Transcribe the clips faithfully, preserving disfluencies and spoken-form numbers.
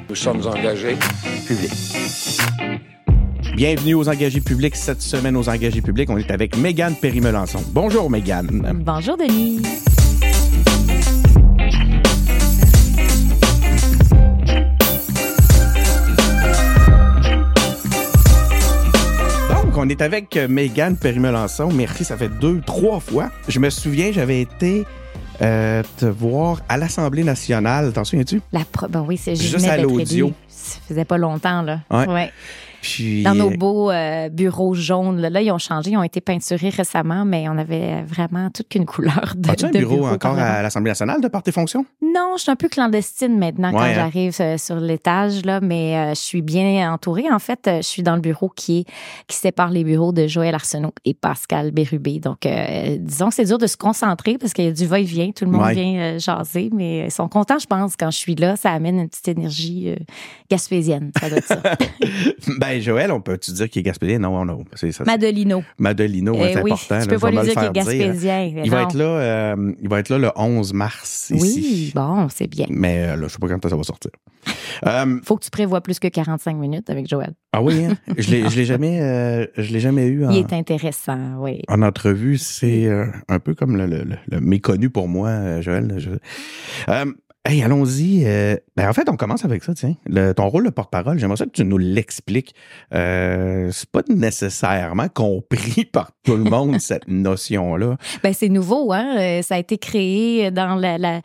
Nous sommes engagés publics. Bienvenue aux engagés publics. Cette semaine, aux engagés publics, on est avec Mégane Perry-Melançon. Bonjour, Mégane. Bonjour, Denis. Donc, on est avec Mégane Perry-Melançon. Merci, ça fait deux, trois fois. Je me souviens, j'avais été euh, te voir à l'Assemblée nationale. T'en souviens-tu? La pro... ben oui, c'est juste à l'audio. Ça faisait pas longtemps, là. Ouais. ouais. Puis, dans nos beaux euh, bureaux jaunes. Là, là, ils ont changé, ils ont été peinturés récemment, mais on avait vraiment toute qu'une couleur de as-tu un de bureau, bureau encore à l'Assemblée nationale de par tes fonctions? Non, je suis un peu clandestine maintenant quand ouais, j'arrive euh, sur l'étage, là, mais euh, je suis bien entourée. En fait, euh, je suis dans le bureau qui est qui sépare les bureaux de Joël Arsenault et Pascal Bérubé. Donc, euh, disons que c'est dur de se concentrer parce qu'il y a du va-et-vient. Tout le monde ouais. vient euh, jaser, mais ils sont contents, je pense, quand je suis là. Ça amène une petite énergie euh, gaspésienne. Ça doit être ça. Ben, Joël, on peut-tu dire qu'il est gaspésien? Non, non. C'est, ça, Madelino. Madelino, eh c'est oui, important. Tu peux là, pas lui dire qu'il est dire. gaspésien. Il va, être là, euh, il va être là le onze mars ici. Oui, bon, c'est bien. Mais euh, là, je sais pas quand ça va sortir. euh, Faut que tu prévois plus que quarante-cinq minutes avec Joël. Ah oui, hein? je l'ai, je l'ai jamais, euh, je l'ai jamais eu en, il est intéressant, oui. En entrevue. C'est euh, un peu comme le, le, le, le méconnu pour moi, euh, Joël. Je, euh, Hey, allons-y. Euh, ben en fait, on commence avec ça, tiens. Le, ton rôle de porte-parole, j'aimerais ça que tu nous l'expliques. Euh, c'est pas nécessairement compris par tout le monde, cette notion-là. Ben c'est nouveau, hein. Ça a été créé dans la, la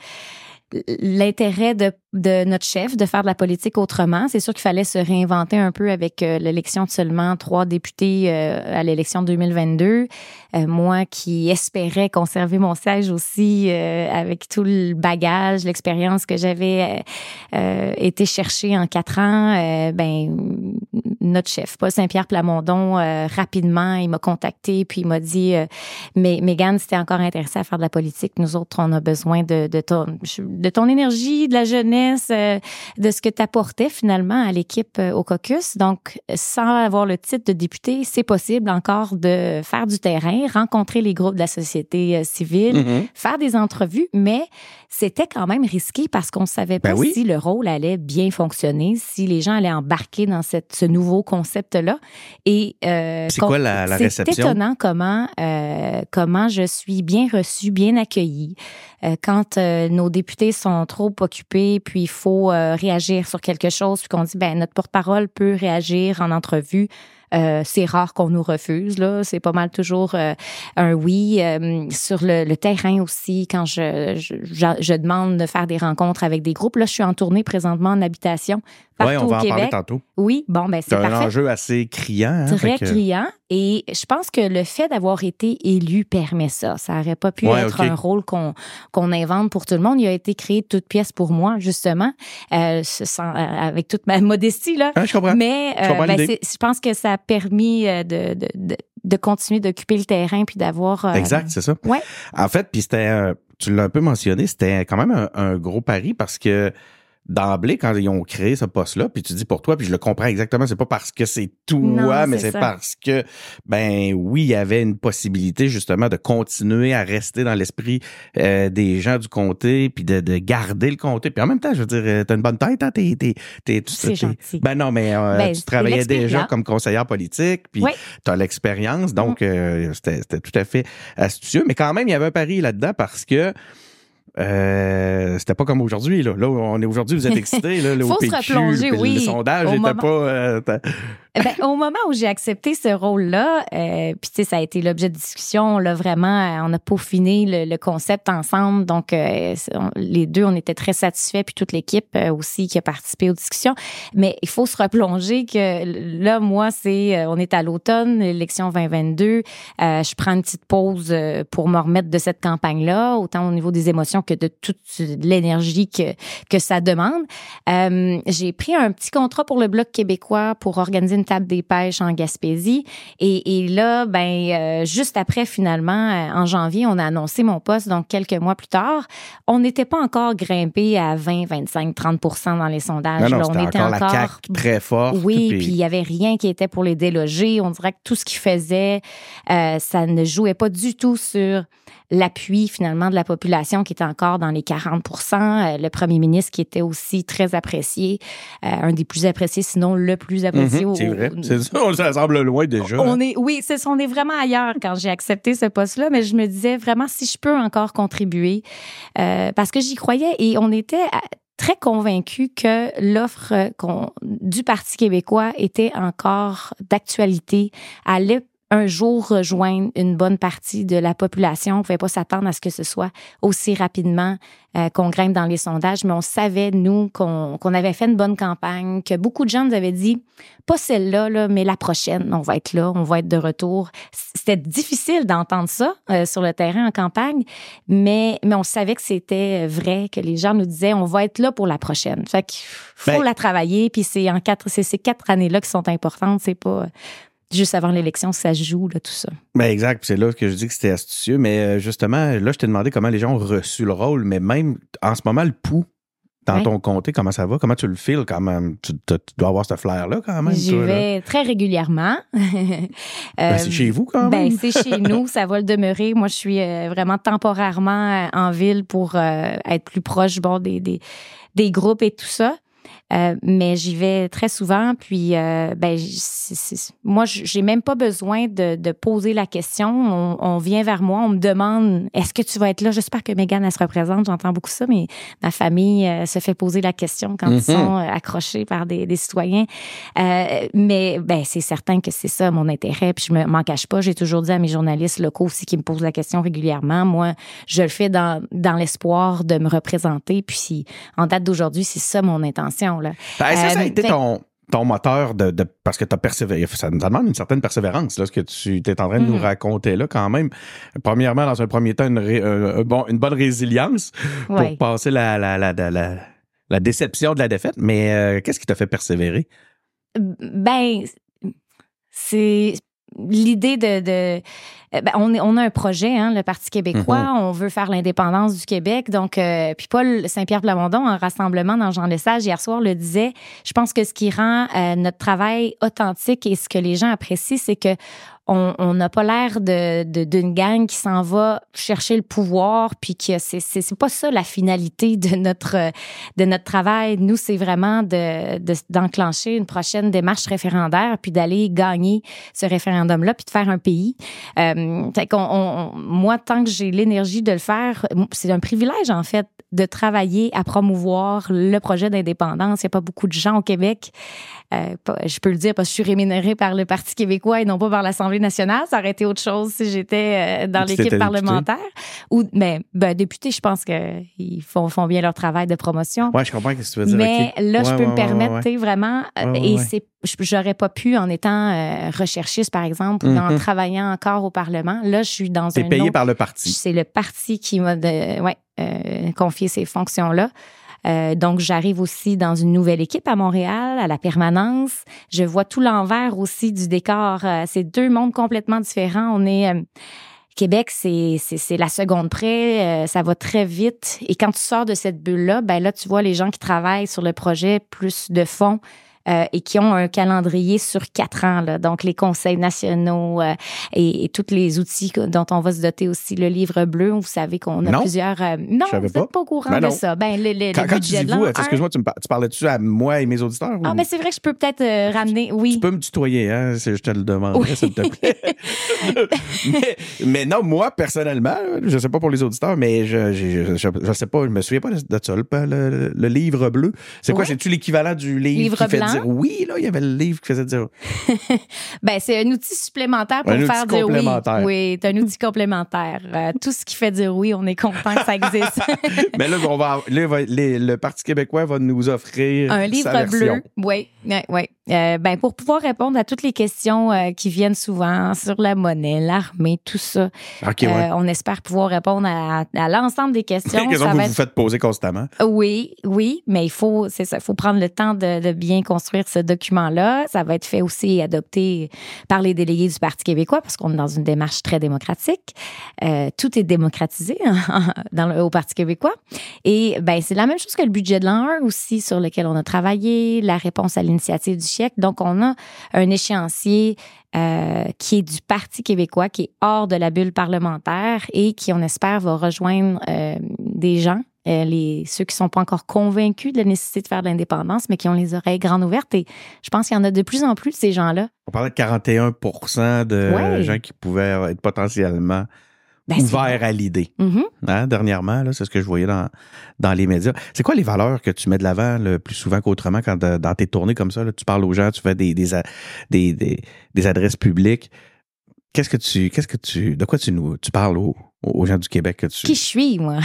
l'intérêt de, de notre chef de faire de la politique autrement. C'est sûr qu'il fallait se réinventer un peu avec euh, l'élection de seulement trois députés euh, à l'élection deux mille vingt-deux. Euh, moi qui espérais conserver mon siège aussi euh, avec tout le bagage, l'expérience que j'avais euh, été chercher en quatre ans, euh, ben notre chef, Paul Saint-Pierre Plamondon, euh, rapidement, il m'a contacté puis il m'a dit euh, mais Mégane, si t'es encore intéressée à faire de la politique, nous autres, on a besoin de, de ton de ton énergie, de la jeunesse, euh, de ce que tu apportais finalement à l'équipe euh, au caucus. Donc, sans avoir le titre de député, c'est possible encore de faire du terrain, rencontrer les groupes de la société euh, civile, mm-hmm. faire des entrevues, mais c'était quand même risqué parce qu'on ne savait pas ben oui. si le rôle allait bien fonctionner, si les gens allaient embarquer dans cette, ce nouveau concept-là. Et euh, c'est quoi la, la réception? C'est étonnant comment, euh, comment je suis bien reçue, bien accueillie. Euh, quand euh, nos députés sont trop occupés, puis il faut euh, réagir sur quelque chose, puis qu'on dit, ben notre porte-parole peut réagir en entrevue. Euh, c'est rare qu'on nous refuse, là. C'est pas mal toujours euh, un oui. Euh, sur le, le terrain aussi, quand je, je, je, je demande de faire des rencontres avec des groupes, là, je suis en tournée présentement en habitation partout ouais, on va au en Québec. Parler tantôt. Oui, bon, ben c'est c'est parfait. C'est un enjeu assez criant. Hein, Très que... criant. Et je pense que le fait d'avoir été élu permet ça. Ça n'aurait pas pu ouais, être okay. un rôle qu'on, qu'on invente pour tout le monde. Il a été créé de toutes pièces pour moi, justement, euh, sans, euh, avec toute ma modestie, là. Ah, je comprends. Mais je, comprends euh, ben, c'est, je pense que ça a permis euh, de, de, de, de continuer d'occuper le terrain puis d'avoir... Euh, exact, c'est ça. Ouais. En fait, puis c'était, euh, tu l'as un peu mentionné, c'était quand même un, un gros pari parce que d'emblée, quand ils ont créé ce poste-là, puis tu dis pour toi, puis je le comprends exactement, c'est pas parce que c'est toi, non, mais c'est, c'est parce que, ben oui, il y avait une possibilité justement de continuer à rester dans l'esprit euh, des gens du comté, puis de, de garder le comté. Puis en même temps, je veux dire, t'as une bonne tête, hein, t'es, t'es, t'es, tu, c'est t'es, gentil. Ben non, mais euh, ben, tu travaillais déjà comme conseillère politique, puis oui. t'as l'expérience, donc mmh. euh, c'était, c'était tout à fait astucieux. Mais quand même, il y avait un pari là-dedans parce que Euh, c'était pas comme aujourd'hui, là. Là, on est aujourd'hui, vous êtes excités, là, là Faut au P Q, se replonger, le, oui. le sondage n'était moment... pas... Euh, ben, au moment où j'ai accepté ce rôle-là, euh, puis tu sais, ça a été l'objet de discussion, là, vraiment, on a peaufiné le, le concept ensemble, donc euh, on, les deux, on était très satisfaits, puis toute l'équipe euh, aussi qui a participé aux discussions, mais il faut se replonger que là, moi, c'est, euh, on est à l'automne, l'élection vingt vingt-deux, euh, je prends une petite pause euh, pour me remettre de cette campagne-là, autant au niveau des émotions que de toute l'énergie que, que ça demande. Euh, j'ai pris un petit contrat pour le Bloc québécois pour organiser une même table des pêches en Gaspésie. Et, et là, ben euh, juste après, finalement, euh, en janvier, on a annoncé mon poste. Donc, quelques mois plus tard, on n'était pas encore grimpé à vingt, vingt-cinq, trente pour cent dans les sondages. Non, non, là, c'était on était encore, encore la C A Q très forte. Oui, puis il y avait rien qui était pour les déloger. On dirait que tout ce qu'ils faisaient, euh, ça ne jouait pas du tout sur l'appui, finalement, de la population qui était encore dans les quarante pour cent. Euh, le premier ministre qui était aussi très apprécié, euh, un des plus appréciés, sinon le plus apprécié. Mm-hmm, c'est vrai. C'est ça, ça semble loin déjà. On est, oui, c'est ça, on est vraiment ailleurs quand j'ai accepté ce poste-là, mais je me disais vraiment si je peux encore contribuer, euh, parce que j'y croyais et on était très convaincus que l'offre qu'on, du Parti québécois était encore d'actualité, allait un jour rejoindre une bonne partie de la population. On ne pouvait pas s'attendre à ce que ce soit aussi rapidement euh, qu'on grimpe dans les sondages, mais on savait, nous, qu'on, qu'on avait fait une bonne campagne, que beaucoup de gens nous avaient dit, pas celle-là, là, mais la prochaine, on va être là, on va être de retour. C'était difficile d'entendre ça euh, sur le terrain en campagne, mais, mais on savait que c'était vrai, que les gens nous disaient, on va être là pour la prochaine. Fait qu'il faut ben, la travailler, puis c'est, en quatre, c'est ces quatre années-là qui sont importantes, c'est pas... juste avant l'élection, ça se joue, là, tout ça. Ben exact. Puis c'est là que je dis que c'était astucieux. Mais justement, là, je t'ai demandé comment les gens ont reçu le rôle. Mais même en ce moment, le pouls dans ouais. ton comté, comment ça va? Comment tu le files quand même? Tu, tu, tu dois avoir ce flair-là quand même. J'y toi, vais là. très régulièrement. ben, euh, c'est chez vous quand même? Ben, c'est chez nous. Ça va le demeurer. Moi, je suis euh, vraiment temporairement en ville pour euh, être plus proche bon, des, des, des groupes et tout ça. Euh, mais j'y vais très souvent, puis euh, ben c'est, c'est, moi j'ai même pas besoin de, de poser la question. On, on vient vers moi, on me demande est-ce que tu vas être là. J'espère que Mégane elle se représente. J'entends beaucoup ça, mais ma famille euh, se fait poser la question quand mm-hmm. ils sont euh, accrochés par des, des citoyens. Euh, mais ben c'est certain que c'est ça mon intérêt. Puis je me m'en cache pas. J'ai toujours dit à mes journalistes locaux aussi qui me posent la question régulièrement. Moi, je le fais dans dans l'espoir de me représenter. Puis en date d'aujourd'hui, c'est ça mon intention. Là. Ben, ça, ça a été fait... ton, ton moteur de, de parce que tu as persévéré. Ça, ça demande une certaine persévérance, là, ce que tu es en train de mm. nous raconter là, quand même. Premièrement, dans un premier temps, une, ré, un, un bon, une bonne résilience pour ouais. passer la, la, la, la, la, la déception de la défaite. Mais euh, qu'est-ce qui t'a fait persévérer? Ben, c'est l'idée de... de ben, on, est, on a un projet, hein, le Parti québécois. Mm-hmm. On veut faire l'indépendance du Québec. Donc, euh, puis Paul Saint-Pierre-Plamondon, en rassemblement dans Jean-Lesage, hier soir, le disait. Je pense que ce qui rend euh, notre travail authentique et ce que les gens apprécient, c'est que on n'a pas l'air de, de, d'une gang qui s'en va chercher le pouvoir, puis que c'est, c'est, c'est pas ça la finalité de notre, de notre travail. Nous, c'est vraiment de, de, d'enclencher une prochaine démarche référendaire, puis d'aller gagner ce référendum-là, puis de faire un pays. Euh, fait qu'on, on, moi, tant que j'ai l'énergie de le faire, c'est un privilège, en fait, de travailler à promouvoir le projet d'indépendance. Il n'y a pas beaucoup de gens au Québec. Euh, je peux le dire parce que je suis rémunérée par le Parti québécois et non pas par l'Assemblée nationale. Ça aurait été autre chose si j'étais dans l'équipe t'étais parlementaire. Ou, mais ben, député, je pense qu'ils font, font bien leur travail de promotion. Oui, je comprends ce que tu veux dire. Mais okay. là, ouais, je peux ouais, me permettre, ouais, tu sais, vraiment, ouais, ouais, et ouais. c'est, j'aurais pas pu en étant euh, recherchiste, par exemple, ou mm-hmm. en travaillant encore au Parlement. Là, je suis dans T'es un payé autre, par le parti. C'est le parti qui m'a de, ouais, euh, confié ces fonctions-là. Euh, donc, j'arrive aussi dans une nouvelle équipe à Montréal, à la permanence. Je vois tout l'envers aussi du décor. Euh, c'est deux mondes complètement différents. On est... Euh, Québec, c'est, c'est, c'est la seconde près, euh, ça va très vite. Et quand tu sors de cette bulle-là, ben là, tu vois les gens qui travaillent sur le projet plus de fond. Euh, et qui ont un calendrier sur quatre ans, là. Donc les conseils nationaux euh, et, et tous les outils dont on va se doter aussi. Le livre bleu, vous savez qu'on a non, plusieurs... Euh, non, vous n'êtes pas. pas au courant ben de ça. Ben, le, le, quand le quand tu dis vous, excuse-moi, tu, me par, tu parlais-tu à moi et mes auditeurs? Ah, ou... mais c'est vrai que je peux peut-être euh, ramener... Oui. Tu peux me tutoyer, hein, si je te le demanderais, oui. s'il te plaît. mais, mais non, moi, personnellement, je ne sais pas pour les auditeurs, mais je je, je, je sais pas, je me souviens pas de ça, le, le, le livre bleu. C'est quoi, ouais. C'est-tu l'équivalent du livre, livre qui blanc? Fait dire oui, là, il y avait le livre qui faisait dire... ben, c'est un outil supplémentaire pour un faire outil dire oui. Oui, c'est un outil complémentaire. Euh, tout ce qui fait dire oui, on est content que ça existe. Mais là, on va, là va, les, le Parti québécois va nous offrir un livre sa bleu. version. Oui, oui, oui. Euh, ben, pour pouvoir répondre à toutes les questions euh, qui viennent souvent sur la monnaie, l'armée, tout ça. Okay, ouais. euh, on espère pouvoir répondre à, à l'ensemble des questions. Les questions ça que vous être... vous faites poser constamment. Oui, oui, mais il faut, c'est ça, il faut prendre le temps de, de bien construire construire ce document-là. Ça va être fait aussi et adopté par les délégués du Parti québécois parce qu'on est dans une démarche très démocratique. Euh, tout est démocratisé dans le, au Parti québécois. Et ben c'est la même chose que le budget de l'an un aussi sur lequel on a travaillé, la réponse à l'initiative du siècle. Donc, on a un échéancier euh, qui est du Parti québécois, qui est hors de la bulle parlementaire et qui, on espère, va rejoindre euh, des gens, euh, les, ceux qui ne sont pas encore convaincus de la nécessité de faire de l'indépendance, mais qui ont les oreilles grandes ouvertes. Et je pense qu'il y en a de plus en plus de ces gens-là. On parlait de quarante et un pour cent de ouais. gens qui pouvaient être potentiellement ben, ouverts à l'idée. Mm-hmm. Hein, dernièrement, là, c'est ce que je voyais dans, dans les médias. C'est quoi les valeurs que tu mets de l'avant le plus souvent qu'autrement quand de, dans tes tournées comme ça, là, tu parles aux gens, tu fais des, des, des, des, des adresses publiques. Qu'est-ce que tu, qu'est-ce que tu, de quoi tu nous, tu parles aux, aux gens du Québec que tu... Qui je suis, moi?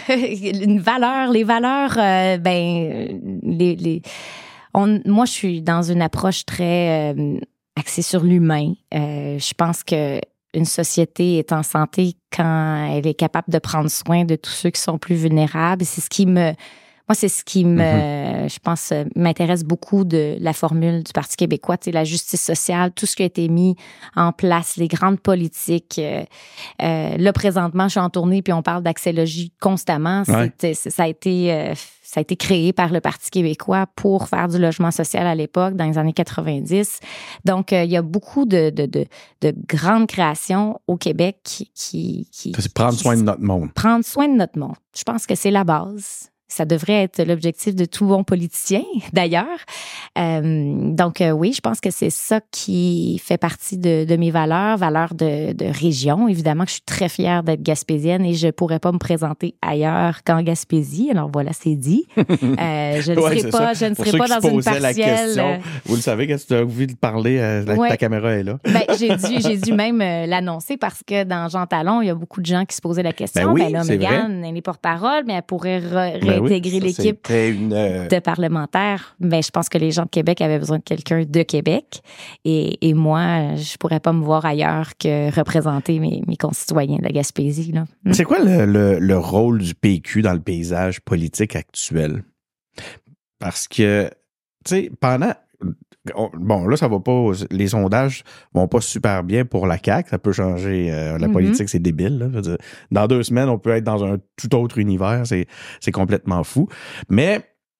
Une valeur, les valeurs, euh, ben, les, les, on, moi, je suis dans une approche très euh, axée sur l'humain. Euh, je pense que une société est en santé quand elle est capable de prendre soin de tous ceux qui sont plus vulnérables. C'est ce qui me... Moi, c'est ce qui me, mm-hmm. je pense, m'intéresse beaucoup de la formule du Parti québécois, tu sais, la justice sociale, tout ce qui a été mis en place, les grandes politiques. Euh, euh, là, présentement, je suis en tournée puis on parle d'accès-logis constamment. Ouais. C'est, ça a été, euh, ça a été créé par le Parti québécois pour faire du logement social à l'époque, dans les années quatre-vingt-dix. Donc, euh, il y a beaucoup de, de, de, de grandes créations au Québec qui, qui, qui c'est prendre qui, soin de notre monde. Prendre soin de notre monde. Je pense que c'est la base. Ça devrait être l'objectif de tout bon politicien, d'ailleurs. Euh, donc, euh, oui, je pense que c'est ça qui fait partie de, de mes valeurs, valeurs de, de région. Évidemment que je suis très fière d'être gaspésienne et je ne pourrais pas me présenter ailleurs qu'en Gaspésie. Alors voilà, c'est dit. Euh, je ne ouais, serai pas, je ne serai pas dans une partielle. La vous le savez, quand tu as envie de parler, euh, ouais. ta caméra est là. Ben, j'ai dû, j'ai dû même euh, l'annoncer parce que dans Jean Talon, il y a beaucoup de gens qui se posaient la question. Ben oui, ben là, Mégane, elle est porte-parole, mais elle pourrait re- ben réintégrer oui, l'équipe une, euh... de parlementaires. Ben, je pense que les gens de Québec avaient besoin de quelqu'un de Québec. Et, et moi, je pourrais pas me voir ailleurs que représenter mes, mes concitoyens de la Gaspésie, là. C'est quoi le, le, le rôle du P Q dans le paysage politique actuel? Parce que, tu sais, pendant... On, bon, là, ça va pas... Les sondages vont pas super bien pour la C A Q. Ça peut changer. Euh, la mm-hmm. politique, c'est débile. Là. Je veux dire, dans deux semaines, on peut être dans un tout autre univers. C'est, c'est complètement fou. Mais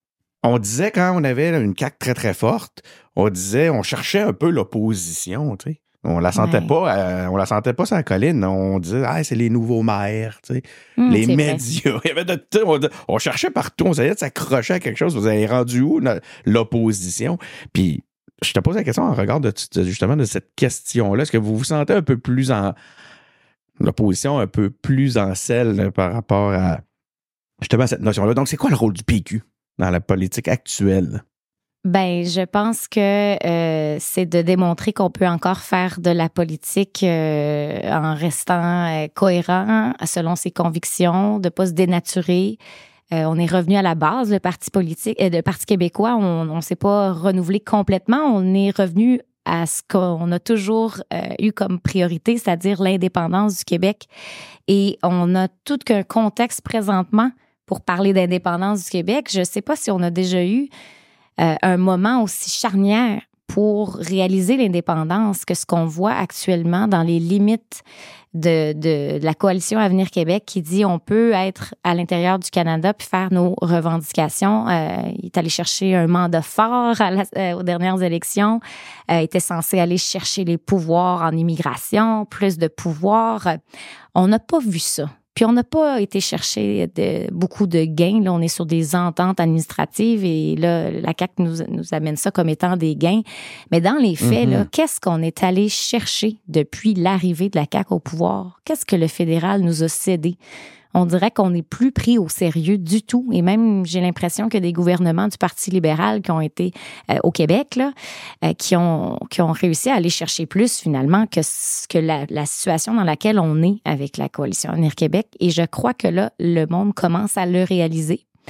on disait, quand on avait une C A Q très, très forte, on disait, on cherchait un peu l'opposition, tu sais. On la sentait ouais. pas, euh, on la sentait pas sur la colline. On disait, ah, c'est les nouveaux maires, tu sais, mmh, les médias. Il y avait de tout. On, on cherchait partout. On essayait de s'accrocher à quelque chose. Vous avez rendu où l'opposition? Puis, je te pose la question en regard de, justement de cette question-là. Est-ce que vous vous sentez un peu plus en l'opposition, un peu plus en selle par rapport à justement à cette notion-là? Donc, c'est quoi le rôle du P Q dans la politique actuelle? Ben, je pense que euh, c'est de démontrer qu'on peut encore faire de la politique euh, en restant euh, cohérent selon ses convictions, de pas se dénaturer. Euh, on est revenu à la base, le parti politique, euh, le Parti québécois, on ne s'est pas renouvelé complètement. On est revenu à ce qu'on a toujours euh, eu comme priorité, c'est-à-dire l'indépendance du Québec. Et on a tout qu'un contexte présentement pour parler d'indépendance du Québec. Je ne sais pas si on a déjà eu Euh, un moment aussi charnière pour réaliser l'indépendance que ce qu'on voit actuellement dans les limites de, de, de la coalition Avenir Québec qui dit on peut être à l'intérieur du Canada puis faire nos revendications. Euh, il est allé chercher un mandat fort à la, euh, aux dernières élections. Euh, il était censé aller chercher les pouvoirs en immigration, plus de pouvoirs. Euh, on n'a pas vu ça. Puis on n'a pas été chercher de, beaucoup de gains. Là, on est sur des ententes administratives et là, la C A Q nous, nous amène ça comme étant des gains. Mais dans les faits, mm-hmm. là, qu'est-ce qu'on est allé chercher depuis l'arrivée de la C A Q au pouvoir? Qu'est-ce que le fédéral nous a cédé? On dirait qu'on n'est plus pris au sérieux du tout. Et même, j'ai l'impression que des gouvernements du Parti libéral qui ont été euh, au Québec, là, euh, qui ont, qui ont réussi à aller chercher plus, finalement, que, que la, la situation dans laquelle on est avec la coalition Avenir Québec. Et je crois que là, le monde commence à le réaliser.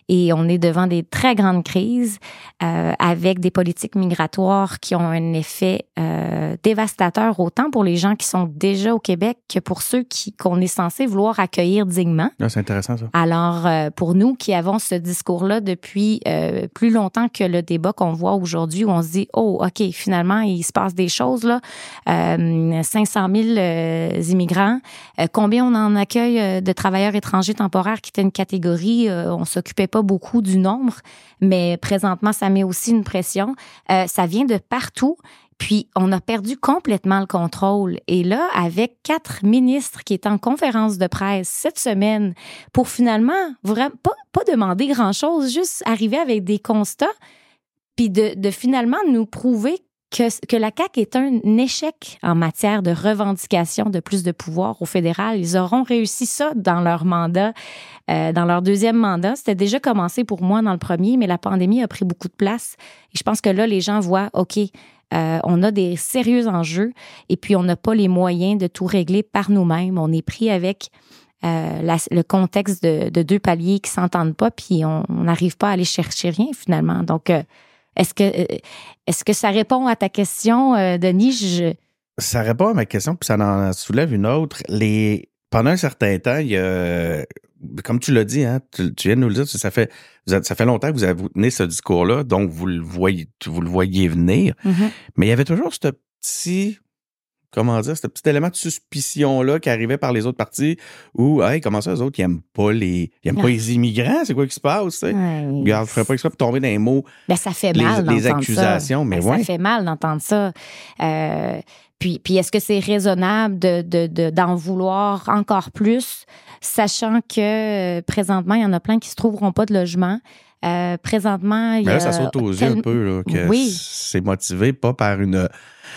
et on est devant des très grandes crises euh, avec des politiques migratoires qui ont un effet euh, dévastateur autant pour les gens qui sont déjà au Québec que pour ceux qui qu'on est censé vouloir accueillir dignement. Ah, c'est intéressant ça. Alors, euh, pour nous qui avons ce discours-là depuis euh, plus longtemps que le débat qu'on voit aujourd'hui où on se dit, oh, OK, finalement, il se passe des choses là, euh, cinq cent mille euh, immigrants, euh, combien on en accueille euh, de travailleurs étrangers temporaires qui était une catégorie, euh, on s'occupait pas beaucoup du nombre, mais présentement, ça met aussi une pression. Euh, ça vient de partout. Puis, on a perdu complètement le contrôle. Et là, avec quatre ministres qui étaient en conférence de presse cette semaine pour finalement vraiment pas, pas demander grand-chose, juste arriver avec des constats, puis de, de finalement nous prouver que, que la C A Q est un échec en matière de revendication de plus de pouvoir au fédéral. Ils auront réussi ça dans leur mandat, euh, dans leur deuxième mandat. C'était déjà commencé pour moi dans le premier, mais la pandémie a pris beaucoup de place. Et je pense que là, les gens voient, OK, Euh, on a des sérieux enjeux et puis on n'a pas les moyens de tout régler par nous-mêmes. On est pris avec euh, la, le contexte de, de deux paliers qui s'entendent pas puis on n'arrive pas à aller chercher rien finalement. Donc, euh, est-ce que euh, est-ce que ça répond à ta question, euh, Denis? Je... Ça répond à ma question puis ça en soulève une autre. Les... Pendant un certain temps, il y a... Comme tu l'as dit, hein, tu, tu viens de nous le dire, ça fait, vous avez, ça fait longtemps que vous avez tenu ce discours-là, donc vous le voyez, vous le voyez venir. Mm-hmm. Mais il y avait toujours ce petit, comment dire, ce petit élément de suspicion-là qui arrivait par les autres partis où, hey, comment ça, eux autres, ils n'aiment pas les, ils aiment pas les immigrants, c'est quoi qui se passe, tu sais? Ouais. Regarde, je ferais pas exprès pour tomber dans les mots. Ben, ça fait mal les, les accusations, ça. mais ben, ouais. Ça fait mal d'entendre ça. Euh, Puis, puis est-ce que c'est raisonnable de, de, de, d'en vouloir encore plus, sachant que euh, présentement, il y en a plein qui ne se trouveront pas de logement. Euh, présentement, il y a... Mais là, ça saute aux tel... yeux un peu, là, que oui. c'est motivé pas par une...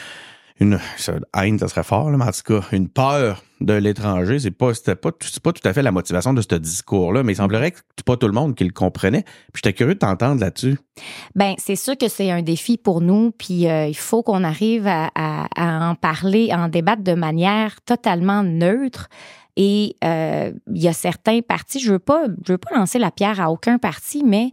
une haine, ça serait fort, là, mais en tout cas, une peur de l'étranger, c'est pas, c'était pas, c'est pas tout à fait la motivation de ce discours-là, mais il semblerait que c'est pas tout le monde qui le comprenait. Puis j'étais curieux de t'entendre là-dessus. Ben, c'est sûr que c'est un défi pour nous, puis euh, il faut qu'on arrive à, à, à en parler, à en débattre de manière totalement neutre. Et euh, il y a certains partis, je veux pas, je veux pas lancer la pierre à aucun parti, mais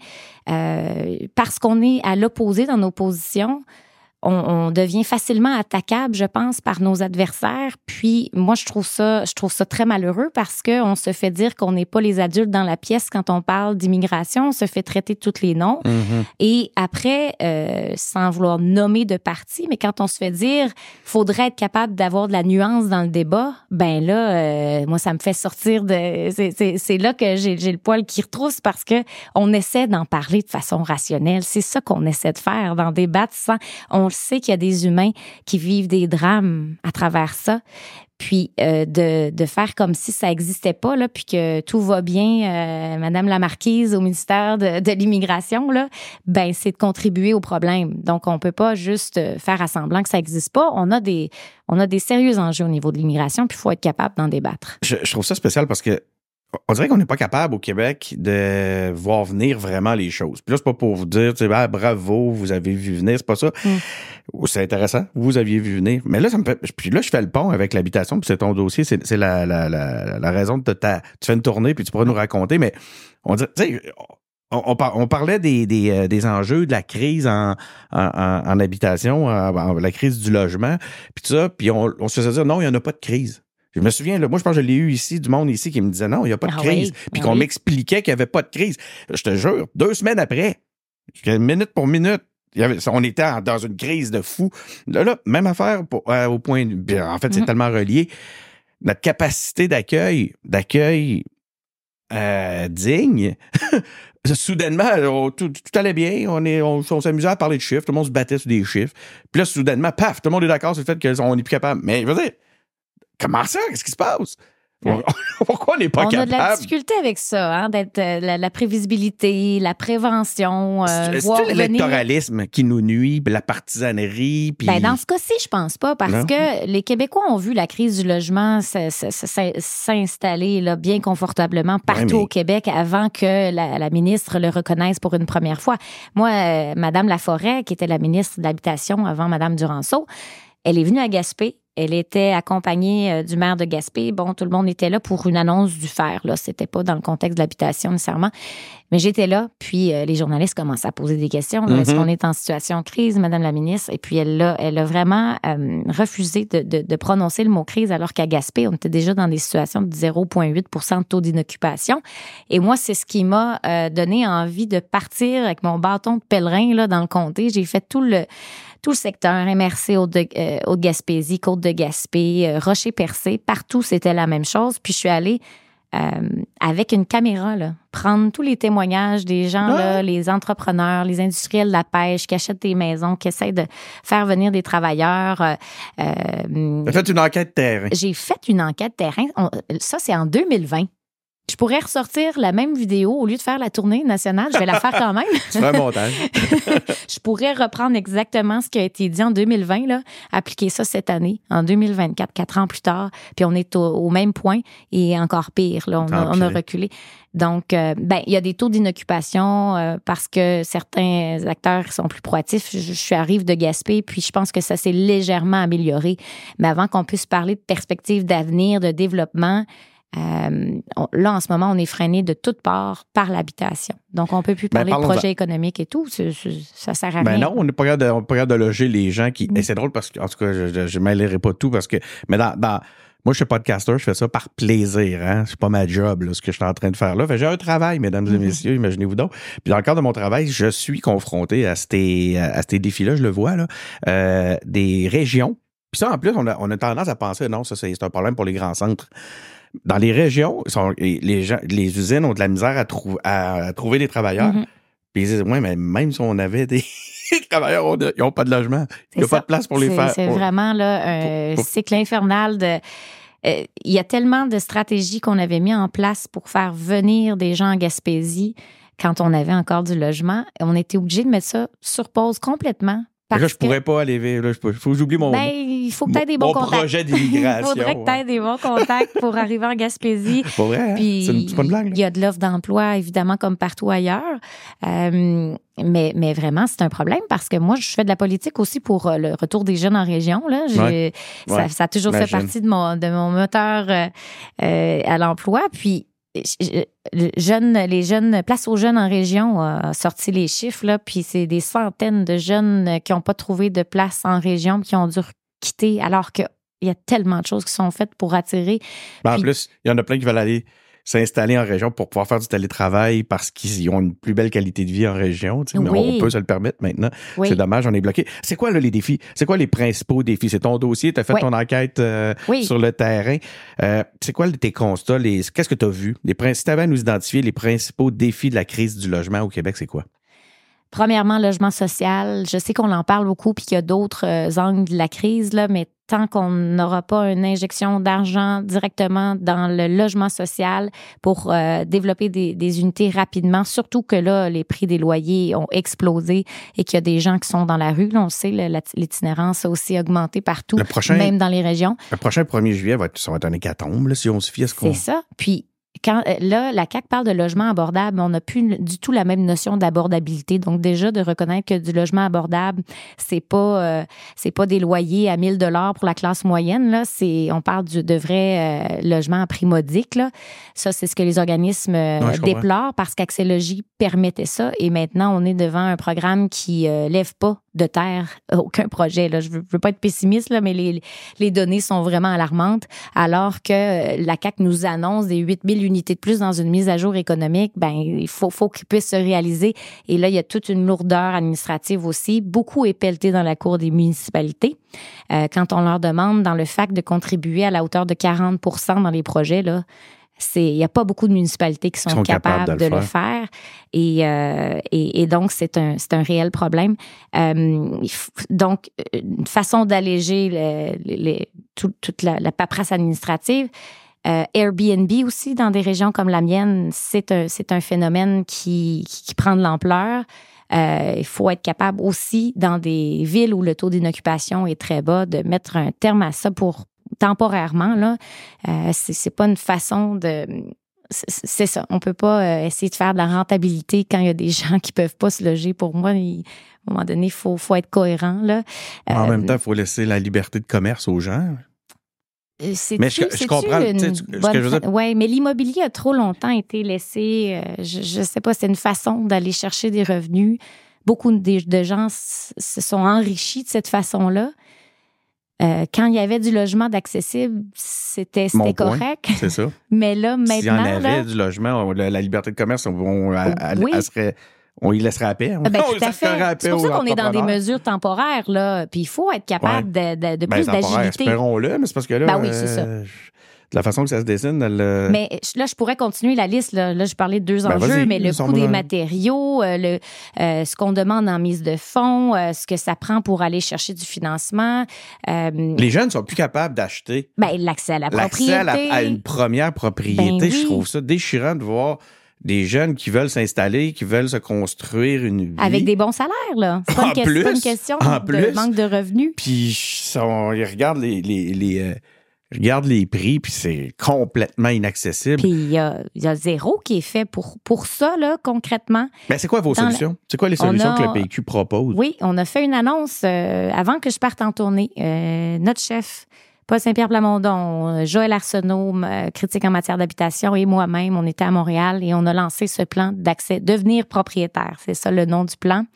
euh, parce qu'on est à l'opposé dans nos positions, On, on devient facilement attaquable, je pense, par nos adversaires. Puis moi, je trouve ça, je trouve ça très malheureux parce que on se fait dire qu'on n'est pas les adultes dans la pièce quand on parle d'immigration. On se fait traiter de tous les noms. Mm-hmm. Et après, euh, sans vouloir nommer de parti, mais quand on se fait dire, faudrait être capable d'avoir de la nuance dans le débat. Ben là, euh, moi, ça me fait sortir de. C'est, c'est, c'est là que j'ai, j'ai le poil qui retrousse parce que on essaie d'en parler de façon rationnelle. C'est ça qu'on essaie de faire, d'en débattre sans. On sait qu'il y a des humains qui vivent des drames à travers ça. Puis euh, de, de faire comme si ça n'existait pas, là, puis que tout va bien, euh, Madame la Marquise au ministère de, de l'Immigration, là, ben c'est de contribuer au problème. Donc, on peut pas juste faire à semblant que ça n'existe pas. On a des, on a des sérieux enjeux au niveau de l'immigration, puis il faut être capable d'en débattre. Je, je trouve ça spécial parce que on dirait qu'on n'est pas capable au Québec de voir venir vraiment les choses. Puis là, c'est pas pour vous dire, tu sais, ah, bravo, vous avez vu venir, c'est pas ça. Mm. C'est intéressant, vous aviez vu venir. Mais là, ça me fait. Puis là, je fais le pont avec l'habitation, puis c'est ton dossier, c'est, c'est la, la, la, la raison de ta. Tu fais une tournée, puis tu pourras nous raconter, mais on dirait, tu sais, on, on, on parlait des, des, des enjeux de la crise en, en, en, en habitation, en, en, la crise du logement, puis tout ça, puis on, on se faisait dire, non, il n'y en a pas de crise. Je me souviens, là, moi, je pense que je l'ai eu ici, du monde ici qui me disait non, il n'y a pas de ah crise. Oui, puis ah qu'on oui. m'expliquait qu'il n'y avait pas de crise. Je te jure, deux semaines après, minute pour minute, il y avait, on était en, dans une crise de fou. Là, là même affaire pour, euh, au point de, en fait, c'est mm-hmm. tellement relié. Notre capacité d'accueil, d'accueil euh, digne, soudainement, on, tout, tout allait bien, on, est, on, on s'amusait à parler de chiffres, tout le monde se battait sur des chiffres. Puis là, soudainement, paf, tout le monde est d'accord sur le fait qu'on n'est plus capable. Mais je veux dire, comment ça? Qu'est-ce qui se passe? Ouais. Pourquoi on n'est pas on capable? On a de la difficulté avec ça, hein, d'être euh, la, la prévisibilité, la prévention. Euh, c'est c'est l'électoralisme venir... qui nous nuit, la partisanerie. Puis... Ben, dans ce cas-ci, je pense pas, parce non. que les Québécois ont vu la crise du logement s'installer là, bien confortablement partout ouais, mais... au Québec avant que la, la ministre le reconnaisse pour une première fois. Moi, euh, Mme Laforêt, qui était la ministre de l'Habitation avant Mme Duranceau, elle est venue à Gaspé. Elle était accompagnée euh, du maire de Gaspé. Bon, tout le monde était là pour une annonce du fer. Là, c'était pas dans le contexte de l'habitation nécessairement. Mais j'étais là, puis euh, les journalistes commençaient à poser des questions. Là, mm-hmm. Est-ce qu'on est en situation de crise, Madame la ministre? Et puis elle a, elle a vraiment euh, refusé de, de, de prononcer le mot crise, alors qu'à Gaspé, on était déjà dans des situations de zéro virgule huit pour cent de taux d'inoccupation. Et moi, c'est ce qui m'a euh, donné envie de partir avec mon bâton de pèlerin là dans le comté. J'ai fait tout le tout le secteur, M R C, Haute-Gaspésie, Côte-de-Gaspé, euh, Rocher-Percé, partout, c'était la même chose. Puis je suis allée euh, avec une caméra, là, prendre tous les témoignages des gens, ouais. là, les entrepreneurs, les industriels de la pêche qui achètent des maisons, qui essaient de faire venir des travailleurs. Euh, euh, T'as fait une enquête terrain. J'ai fait une enquête terrain. On, ça, c'est en deux mille vingt. Je pourrais ressortir la même vidéo au lieu de faire la tournée nationale. Je vais la faire quand même. Tu fais un montage. Je pourrais reprendre exactement ce qui a été dit en deux mille vingt, là, appliquer ça cette année, en deux mille vingt-quatre, quatre ans plus tard, puis on est au, au même point et encore pire. Là, on, a, on a reculé. Donc, euh, ben, il y a des taux d'inoccupation euh, parce que certains acteurs sont plus proactifs. Je, je suis arrive de Gaspé, puis je pense que ça s'est légèrement amélioré. Mais avant qu'on puisse parler de perspectives d'avenir, de développement, Euh, on, là, en ce moment, on est freiné de toutes parts par l'habitation. Donc, on ne peut plus parler ben, de projets économiques et tout. C'est, c'est, ça sert à ben rien. Non, on n'est pas capable de, de loger les gens qui... Mm. Et c'est drôle parce que, en tout cas, je ne mêlerai pas tout parce que... Mais dans... dans moi, je suis podcaster, je fais ça par plaisir. Hein? C'est pas ma job, là, ce que je suis en train de faire là. Fait, j'ai un travail, mesdames mm-hmm. et messieurs, imaginez-vous donc. Puis dans le cadre de mon travail, je suis confronté à ces, à ces défis-là, je le vois, là, euh, des régions. Puis ça, en plus, on a, on a tendance à penser, non, ça, c'est, c'est un problème pour les grands centres. Dans les régions, sont, les, gens, les usines ont de la misère à, trou, à, à trouver des travailleurs. Mm-hmm. Puis ils disent, oui, mais même si on avait des travailleurs, ils n'ont pas de logement. Il n'y a ça. Pas de place pour les c'est, faire. C'est pour, vraiment là, un pour, cycle infernal de... Il euh, y a tellement de stratégies qu'on avait mis en place pour faire venir des gens en Gaspésie quand on avait encore du logement. On était obligé de mettre ça sur pause complètement. Parce là, je pourrais pas aller vers. Il faut que j'oublie mon, ben, il faut que tu aies des bons mon contacts. projet d'immigration. Il faudrait que tu aies des bons contacts pour arriver en Gaspésie. Pour vrai, hein? Puis, c'est, une, c'est pas une blague. Il y a de l'offre d'emploi, évidemment, comme partout ailleurs. Euh, mais, mais vraiment, c'est un problème parce que moi, je fais de la politique aussi pour le retour des jeunes en région. Là. J'ai, ouais. Ça, ouais. ça a toujours Imagine. fait partie de mon, de mon moteur euh, euh, à l'emploi. Puis, Jeunes, les jeunes, Place aux jeunes en région a sorti les chiffres, là, puis c'est des centaines de jeunes qui n'ont pas trouvé de place en région, qui ont dû quitter, alors qu'il y a tellement de choses qui sont faites pour attirer. Ben, puis, en plus, il y en a plein qui veulent aller s'installer en région pour pouvoir faire du télétravail parce qu'ils ont une plus belle qualité de vie en région. Tu sais, oui. Mais on peut se le permettre maintenant. Oui. C'est dommage, on est bloqué. C'est quoi là, les défis? C'est quoi les principaux défis? C'est ton dossier, tu as fait oui. ton enquête euh, oui. sur le terrain. Euh, c'est quoi tes constats? Les, qu'est-ce que tu as vu? Les, si tu avais à nous identifier les principaux défis de la crise du logement au Québec, c'est quoi? Premièrement, logement social. Je sais qu'on en parle beaucoup puis qu'il y a d'autres euh, angles de la crise, là, mais tant qu'on n'aura pas une injection d'argent directement dans le logement social pour euh, développer des, des unités rapidement, surtout que là, les prix des loyers ont explosé et qu'il y a des gens qui sont dans la rue. Là, on le sait, le, l'itinérance a aussi augmenté partout, prochain, même dans les régions. Le prochain premier juillet, va être, ça va être un hécatombe, là, si on se fie à ce qu'on... C'est ça. Puis, quand là, la C A Q parle de logement abordable, on n'a plus du tout la même notion d'abordabilité. Donc déjà de reconnaître que du logement abordable, c'est pas euh, c'est pas des loyers à mille dollars pour la classe moyenne là. C'est on parle du, de vrais euh, logements à prix modique là. Ça c'est ce que les organismes euh, ouais, déplorent parce qu'Axélogie permettait ça et maintenant on est devant un programme qui euh, lève pas de terre aucun projet là. Je veux, veux pas être pessimiste là, mais les les données sont vraiment alarmantes. Alors que la C A Q nous annonce des huit mille unités de plus dans une mise à jour économique, ben il faut faut qu'ils puissent se réaliser. Et là, il y a toute une lourdeur administrative aussi. Beaucoup est pelleté dans la cour des municipalités. Euh, quand on leur demande dans le F A C de contribuer à la hauteur de quarante pour cent dans les projets, là, c'est il y a pas beaucoup de municipalités qui sont, sont capables, capables de, de le, faire. le faire. Et, euh, et, et donc, c'est un, c'est un réel problème. Euh, donc, une façon d'alléger le, le, tout, toute la, la paperasse administrative. Euh, Airbnb aussi, dans des régions comme la mienne, c'est un, c'est un phénomène qui, qui, qui prend de l'ampleur. Euh, il faut être capable aussi, dans des villes où le taux d'inoccupation est très bas, de mettre un terme à ça pour temporairement. Là, euh, c'est, c'est pas une façon de c'est, c'est ça. On peut pas euh, essayer de faire de la rentabilité quand il y a des gens qui peuvent pas se loger. Pour moi, il, à un moment donné, il faut, faut être cohérent, là. En euh, même temps, il faut laisser la liberté de commerce aux gens. C'est mais je, je comprends une ce que je veux dire. Oui, mais l'immobilier a trop longtemps été laissé, euh, je ne sais pas, c'est une façon d'aller chercher des revenus. Beaucoup de, de gens s- se sont enrichis de cette façon-là. Euh, quand il y avait du logement d'accessible, c'était, c'était correct. C'est ça. Mais là, maintenant... S'il y en avait là, du logement, on, la, la liberté de commerce, on, on, elle, oui. elle serait... On y laisserait à paix. Ben, tout à fait. C'est pour ça qu'on est dans des mesures temporaires, là. Puis il faut être capable ouais. de, de, de plus ben, d'agilité. Espérons-le, mais c'est parce que là... Ben oui, c'est euh, ça. De la façon que ça se dessine, elle... Mais là, je pourrais continuer la liste. Là, là je parlais de deux ben, enjeux, mais le coût des matériaux, euh, le, euh, ce qu'on demande en mise de fonds, euh, ce que ça prend pour aller chercher du financement. Euh, Les jeunes sont plus capables d'acheter. Ben, l'accès à la propriété. L'accès à, la, à une première propriété. Ben, oui. Je trouve ça déchirant de voir... Des jeunes qui veulent s'installer, qui veulent se construire une vie. Avec des bons salaires, là. C'est pas, une, plus, pas une question de plus. manque de revenus. Puis, ça, on, ils regardent les, les, les, euh, regardent les prix, puis c'est complètement inaccessible. Puis, il y a, y a zéro qui est fait pour, pour ça, là, concrètement. Ben, c'est quoi vos Dans solutions? La... C'est quoi les solutions a, que le P Q propose? Oui, on a fait une annonce euh, avant que je parte en tournée. Euh, notre chef... Paul Saint-Pierre Plamondon, Joël Arsenault, critique en matière d'habitation, et moi-même, on était à Montréal et on a lancé ce plan d'accès, devenir propriétaire. C'est ça le nom du plan.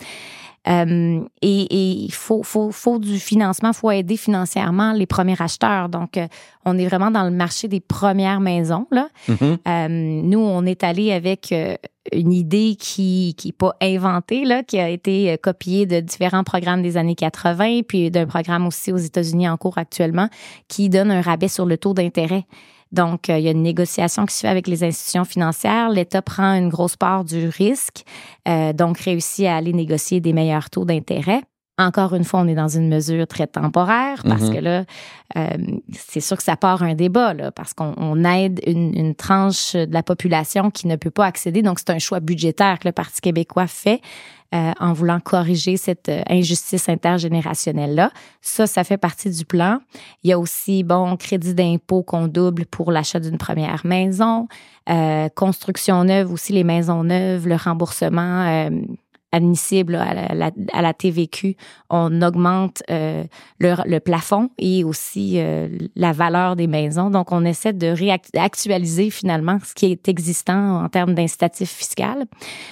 Euh, et il faut, faut, faut du financement, il faut aider financièrement les premiers acheteurs. Donc, euh, on est vraiment dans le marché des premières maisons, là. Mm-hmm. Euh, nous, on est allé avec euh, une idée qui qui est pas inventée, là, qui a été copiée de différents programmes des années quatre-vingts, puis d'un programme aussi aux États-Unis en cours actuellement, qui donne un rabais sur le taux d'intérêt. Donc, euh, il y a une négociation qui se fait avec les institutions financières. L'État prend une grosse part du risque, euh, donc réussit à aller négocier des meilleurs taux d'intérêt. Encore une fois, on est dans une mesure très temporaire parce mm-hmm. que là, euh, c'est sûr que ça part un débat, là, parce qu'on on aide une, une tranche de la population qui ne peut pas accéder. Donc, c'est un choix budgétaire que le Parti québécois fait euh, en voulant corriger cette injustice intergénérationnelle-là. Ça, ça fait partie du plan. Il y a aussi, bon, crédit d'impôt qu'on double pour l'achat d'une première maison, euh, construction neuve aussi, les maisons neuves, le remboursement euh, admissible à la, la, à la T V Q, on augmente euh, le, le plafond et aussi euh, la valeur des maisons. Donc, on essaie de réactualiser finalement ce qui est existant en termes d'incitatifs fiscaux.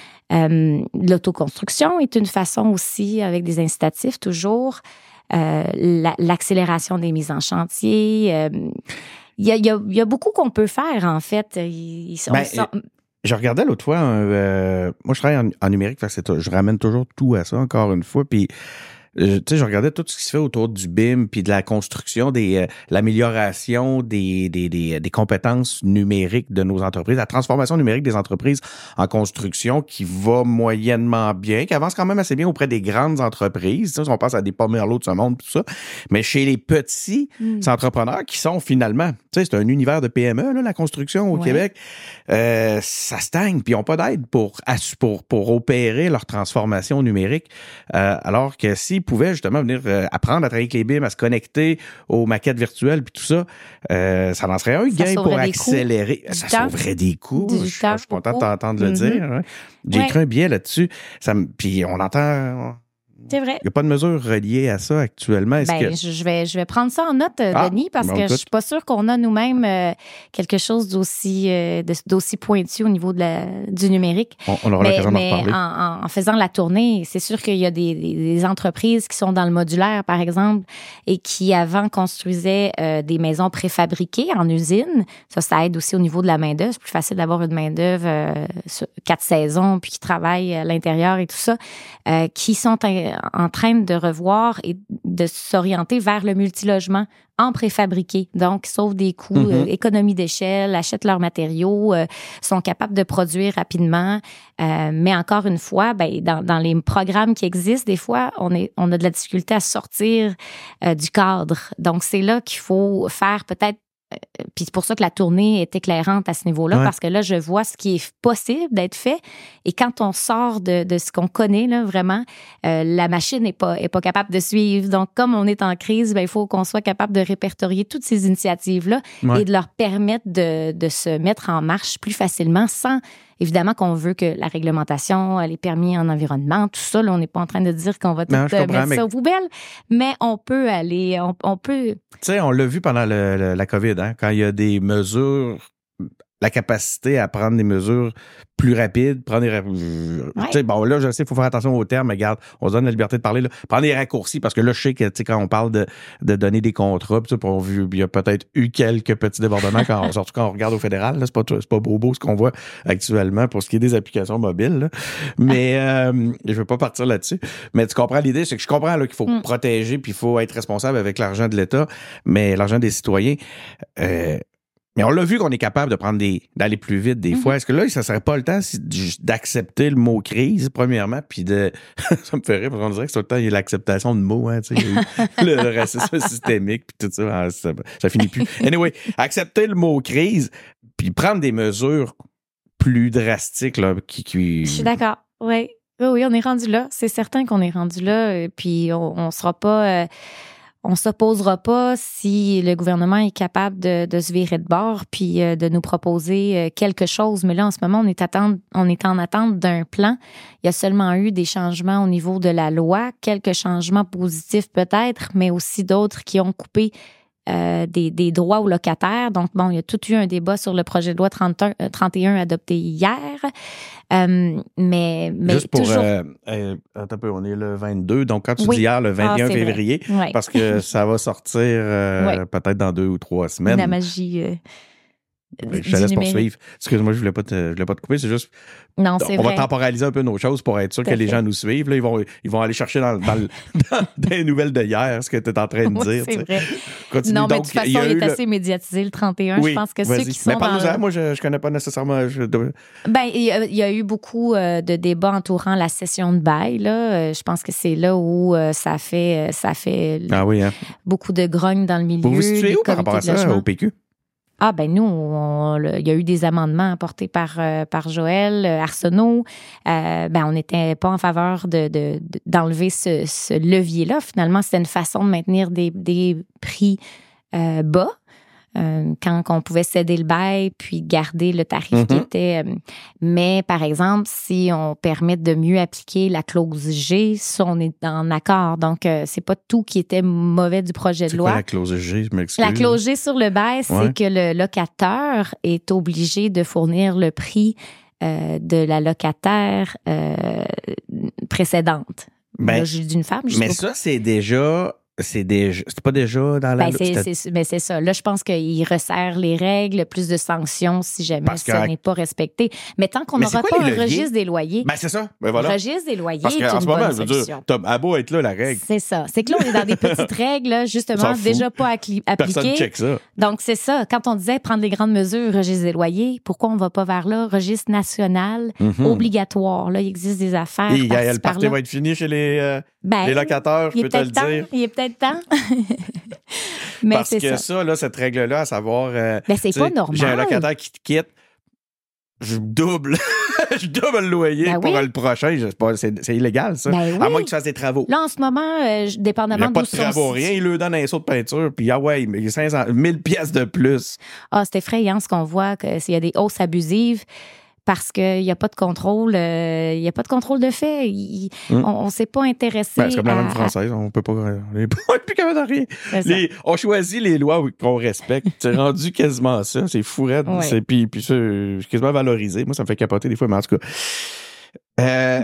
Euh, l'autoconstruction est une façon aussi, avec des incitatifs toujours. Euh, la, l'accélération des mises en chantier. Euh, il y a, il y a, il y a beaucoup qu'on peut faire, en fait. Ils, ils sont, ben, sont... Je regardais l'autre fois, euh, moi je travaille en, en numérique, fait que c'est, je ramène toujours tout à ça encore une fois, puis tu sais, je regardais tout ce qui se fait autour du B I M, puis de la construction, des, euh, l'amélioration des, des, des, des compétences numériques de nos entreprises, la transformation numérique des entreprises en construction qui va moyennement bien, qui avance quand même assez bien auprès des grandes entreprises. Tu sais, on pense à des Pomerleau de ce monde, tout ça. Mais chez les petits mm. entrepreneurs qui sont finalement, tu sais, c'est un univers de P M E, là, la construction au ouais. Québec, euh, ça stagne, puis ils n'ont pas d'aide pour, pour, pour opérer leur transformation numérique. Euh, alors que si pouvaient justement venir euh, apprendre à travailler avec les B I M, à se connecter aux maquettes virtuelles puis tout ça, euh, ça en serait un gain pour accélérer. Ça temps, sauverait des coûts. Je, je suis content de t'entendre mm-hmm. le dire. Hein. J'ai ouais. écrit un billet là-dessus. Ça me, puis on entend... C'est vrai. Il n'y a pas de mesures reliées à ça actuellement. Est-ce ben, que... je, vais, je vais prendre ça en note, ah, Denis, parce ben, que je ne suis pas sûre qu'on a nous-mêmes euh, quelque chose d'aussi, euh, d'aussi pointu au niveau de la, du numérique. On, on aura mais, l'occasion mais d'en reparler. En, en faisant la tournée, c'est sûr qu'il y a des, des, des entreprises qui sont dans le modulaire, par exemple, et qui avant construisaient euh, des maisons préfabriquées en usine. Ça, ça aide aussi au niveau de la main-d'œuvre. C'est plus facile d'avoir une main-d'œuvre euh, sur quatre saisons puis qui travaille à l'intérieur et tout ça, euh, qui sont en train de revoir et de s'orienter vers le multilogement en préfabriqué. Donc, sauvent des coûts, mm-hmm. euh, économie d'échelle, achètent leurs matériaux, euh, sont capables de produire rapidement. Euh, mais encore une fois, ben, dans, dans les programmes qui existent, des fois, on, est, on a de la difficulté à sortir euh, du cadre. Donc, c'est là qu'il faut faire peut-être puis c'est pour ça que la tournée est éclairante à ce niveau-là, ouais. parce que là, je vois ce qui est possible d'être fait. Et quand on sort de, de ce qu'on connaît, là, vraiment, euh, la machine n'est pas, est pas capable de suivre. Donc, comme on est en crise, ben, il faut qu'on soit capable de répertorier toutes ces initiatives-là ouais. et de leur permettre de, de se mettre en marche plus facilement sans... Évidemment qu'on veut que la réglementation, les permis en environnement, tout ça, là, on n'est pas en train de dire qu'on va tout non, euh, mettre mais... ça aux poubelles, mais on peut aller, on, on peut... Tu sais, on l'a vu pendant le, le, la COVID, hein, quand il y a des mesures, la capacité à prendre des mesures plus rapides, prendre des... Ouais. Tu sais, bon, là, je sais, il faut faire attention aux termes, mais regarde, on se donne la liberté de parler, là. Prendre des raccourcis, parce que là, je sais que, tu sais, quand on parle de, de donner des contrats, puis on vu, il y a peut-être eu quelques petits débordements, quand, surtout quand on regarde au fédéral, là, c'est pas, c'est pas beau beau ce qu'on voit actuellement pour ce qui est des applications mobiles, là. Mais, euh, je veux pas partir là-dessus. Mais tu comprends l'idée, c'est que je comprends, là, qu'il faut mm. protéger, puis il faut être responsable avec l'argent de l'État, mais l'argent des citoyens, euh, mais on l'a vu qu'on est capable de prendre des, d'aller plus vite des mm-hmm. fois. Est-ce que là, ça serait pas le temps d'accepter le mot crise, premièrement, puis de, ça me fait rire parce qu'on dirait que tout le temps, il y a l'acceptation de mots, hein, tu sais, le, le racisme systémique, puis tout ça, ça, ça finit plus. Anyway, accepter le mot crise, puis prendre des mesures plus drastiques, là, qui, qui... Je suis d'accord, oui. Oui, oui, on est rendu là. C'est certain qu'on est rendu là, puis on, on sera pas... Euh... On ne s'opposera pas si le gouvernement est capable de, de se virer de bord puis euh, de nous proposer euh, quelque chose. Mais là, en ce moment, on est, attente, on est en attente d'un plan. Il y a seulement eu des changements au niveau de la loi, quelques changements positifs peut-être, mais aussi d'autres qui ont coupé euh, des, des droits aux locataires. Donc, bon, il y a tout eu un débat sur le projet de loi trente et un, trente et un adopté hier. Euh, mais, mais Juste pour, toujours... euh, euh, attends un peu, on est le vingt-deux, donc quand tu oui. dis hier, le vingt et un ah, février, ouais. parce que ça va sortir euh, ouais. peut-être dans deux ou trois semaines. La magie... Euh... Je te laisse poursuivre. Excuse-moi, je voulais pas te, je voulais pas te couper. C'est juste. Non, c'est on vrai. va temporaliser un peu nos choses pour être sûr Tout que les fait. gens nous suivent. Là, ils vont, ils vont aller chercher dans, dans, dans, dans les nouvelles de hier ce que tu es en train de oui, dire. C'est vrai. Continue. Non, mais donc, de toute façon, il, il est assez le... médiatisé le trente et un. Oui, je pense que vas-y. ceux qui sont mais parle-nous dans... en, moi, je, je connais pas nécessairement. Je... Ben, il y, a, il y a eu beaucoup euh, de débats entourant la session de bail. Là. Euh, je pense que c'est là où euh, ça fait, ça fait ah oui, hein. beaucoup de grogne dans le milieu. Vous vous situez où par rapport à ça au P Q? Ah, ben nous, on, on, il y a eu des amendements apportés par, euh, par Joël Arsenault. Euh, ben, on n'était pas en faveur de, de, d'enlever ce, ce levier-là. Finalement, c'était une façon de maintenir des, des prix euh, bas. Euh, quand on pouvait céder le bail puis garder le tarif mm-hmm. qui était... Euh, mais, par exemple, si on permet de mieux appliquer la clause G, ça, on est en accord. Donc, euh, c'est pas tout qui était mauvais du projet de c'est loi. C'est quoi la clause G? Je m'excuse. La clause G sur le bail, c'est ouais. que le locateur est obligé de fournir le prix euh, de la locataire euh, précédente. Ben, Là, j'ai dit une femme. Je mais sais ça, pas. c'est déjà... C'est, déjà, c'est pas déjà dans la ben, c'est, c'est, c'est, mais c'est ça. Là, je pense qu'il resserre les règles, plus de sanctions si jamais ça que, n'est pas respecté. Mais tant qu'on n'aura pas un leviers? registre des loyers. Ben, c'est ça. Ben, voilà. Le registre des loyers. Parce qu'en ce moment, je veux dire, t'as à beau être là, la règle. C'est ça. C'est que là, on est dans des petites règles, là, justement, déjà pas accli- appliquées. Personne check ça. Donc, c'est ça. Quand on disait prendre les grandes mesures, registre des loyers, pourquoi on va pas vers là? Registre national, mm-hmm. obligatoire. Là, il existe des affaires. Et par le party va être fini chez les, euh, ben, les locataires, je peux te le temps. dire. Il est peut-être temps. Mais parce c'est que ça. ça, là, cette règle-là, à savoir... Euh, ben, c'est pas normal. J'ai un locataire qui te quitte, je double. je double le loyer ben pour oui. le prochain. C'est, pas, c'est, c'est illégal, ça. Ben oui. À moins que tu fasses des travaux. Là, en ce moment, euh, dépendamment d'où il n'y a pas de travaux, rien. Il lui donne un saut de peinture, puis ah ouais, il y a cinq cents, mille pièces de plus. Ah, c'est effrayant ce qu'on voit, qu'il y a des hausses abusives. Parce qu'il n'y a pas de contrôle, il euh, n'y a pas de contrôle de fait. Il, mm. On ne s'est pas intéressé. Ben, c'est comme la langue française, on peut pas. On n'est plus capable de rien. Les, on choisit les lois qu'on respecte. C'est rendu quasiment ça. C'est fou raide. Ouais. C'est, puis, puis ça, c'est quasiment valorisé. Moi, ça me fait capoter des fois, mais en tout cas. Euh,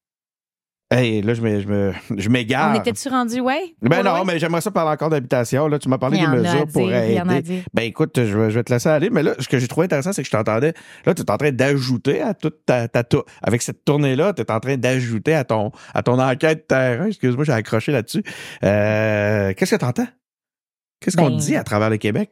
Hey, là, je, me, je, me, je m'égare. On était-tu rendu, ouais? Ben ouais, non, ouais. mais j'aimerais ça parler encore d'habitation. Là, tu m'as parlé des mesures pour aider. Ben écoute, je vais, je vais te laisser aller. Mais là, ce que j'ai trouvé intéressant, c'est que je t'entendais. Là, tu es en train d'ajouter à toute ta, ta, ta avec cette tournée-là, tu es en train d'ajouter à ton, à ton enquête terrain. Excuse-moi, j'ai accroché là-dessus. Euh, qu'est-ce que tu entends? Qu'est-ce ben, qu'on te dit à travers le Québec?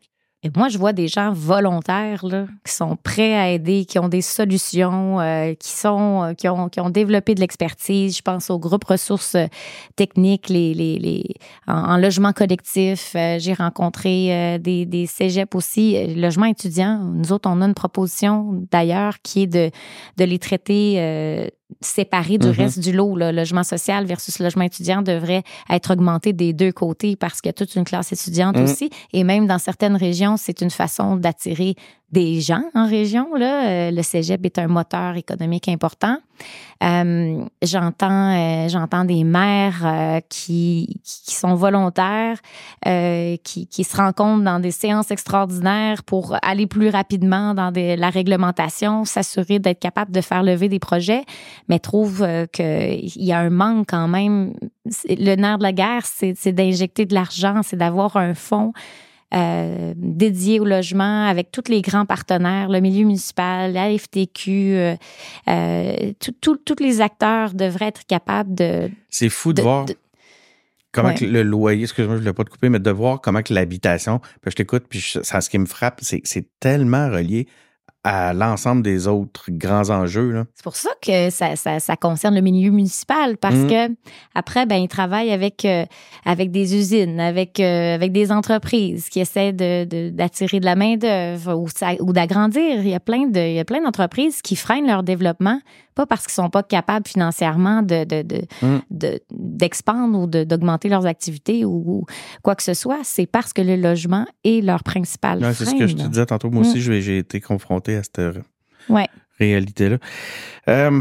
Et moi, je vois des gens volontaires là, qui sont prêts à aider, qui ont des solutions, euh, qui sont, euh, qui ont, qui ont développé de l'expertise. Je pense aux groupes ressources euh, techniques, les, les, les en, en logement collectif. Euh, j'ai rencontré euh, des, des cégeps aussi, euh, logement étudiant. Nous autres, on a une proposition d'ailleurs qui est de, de les traiter euh, séparés du mm-hmm. reste du lot. Le logement social versus logement étudiant devrait être augmenté des deux côtés parce qu'il y a toute une classe étudiante mm-hmm. aussi. Et même dans certaines régions, c'est une façon d'attirer des gens en région. Là. Le cégep est un moteur économique important. Euh, j'entends, euh, j'entends des maires euh, qui, qui sont volontaires, euh, qui, qui se rencontrent dans des séances extraordinaires pour aller plus rapidement dans des, la réglementation, s'assurer d'être capable de faire lever des projets, mais trouvent euh, qu'il y a un manque quand même. Le nerf de la guerre, c'est, c'est d'injecter de l'argent, c'est d'avoir un fonds Euh, dédié au logement avec tous les grands partenaires, le milieu municipal, la F T Q, euh, euh, tous les acteurs devraient être capables de... C'est fou de, de voir de, comment ouais. que le loyer, excuse-moi, je ne voulais pas te couper, mais de voir comment que l'habitation, puis je t'écoute, puis je, ça, ce qui me frappe, c'est que c'est tellement relié à l'ensemble des autres grands enjeux. Là. C'est pour ça que ça, ça, ça concerne le milieu municipal, parce mmh. que après, ben, ils travaillent avec, euh, avec des usines, avec, euh, avec des entreprises qui essaient de, de, d'attirer de la main-d'œuvre ou, ou d'agrandir. Il y a plein de, il y a plein d'entreprises qui freinent leur développement, pas parce qu'ils sont pas capables financièrement de, de, de, mmh. de, d'expandre ou de, d'augmenter leurs activités ou, ou quoi que ce soit. C'est parce que le logement est leur principal ouais, frein. C'est ce que je te disais tantôt. Moi mmh. aussi, j'ai, j'ai été confronté à cette ouais. réalité-là. Euh,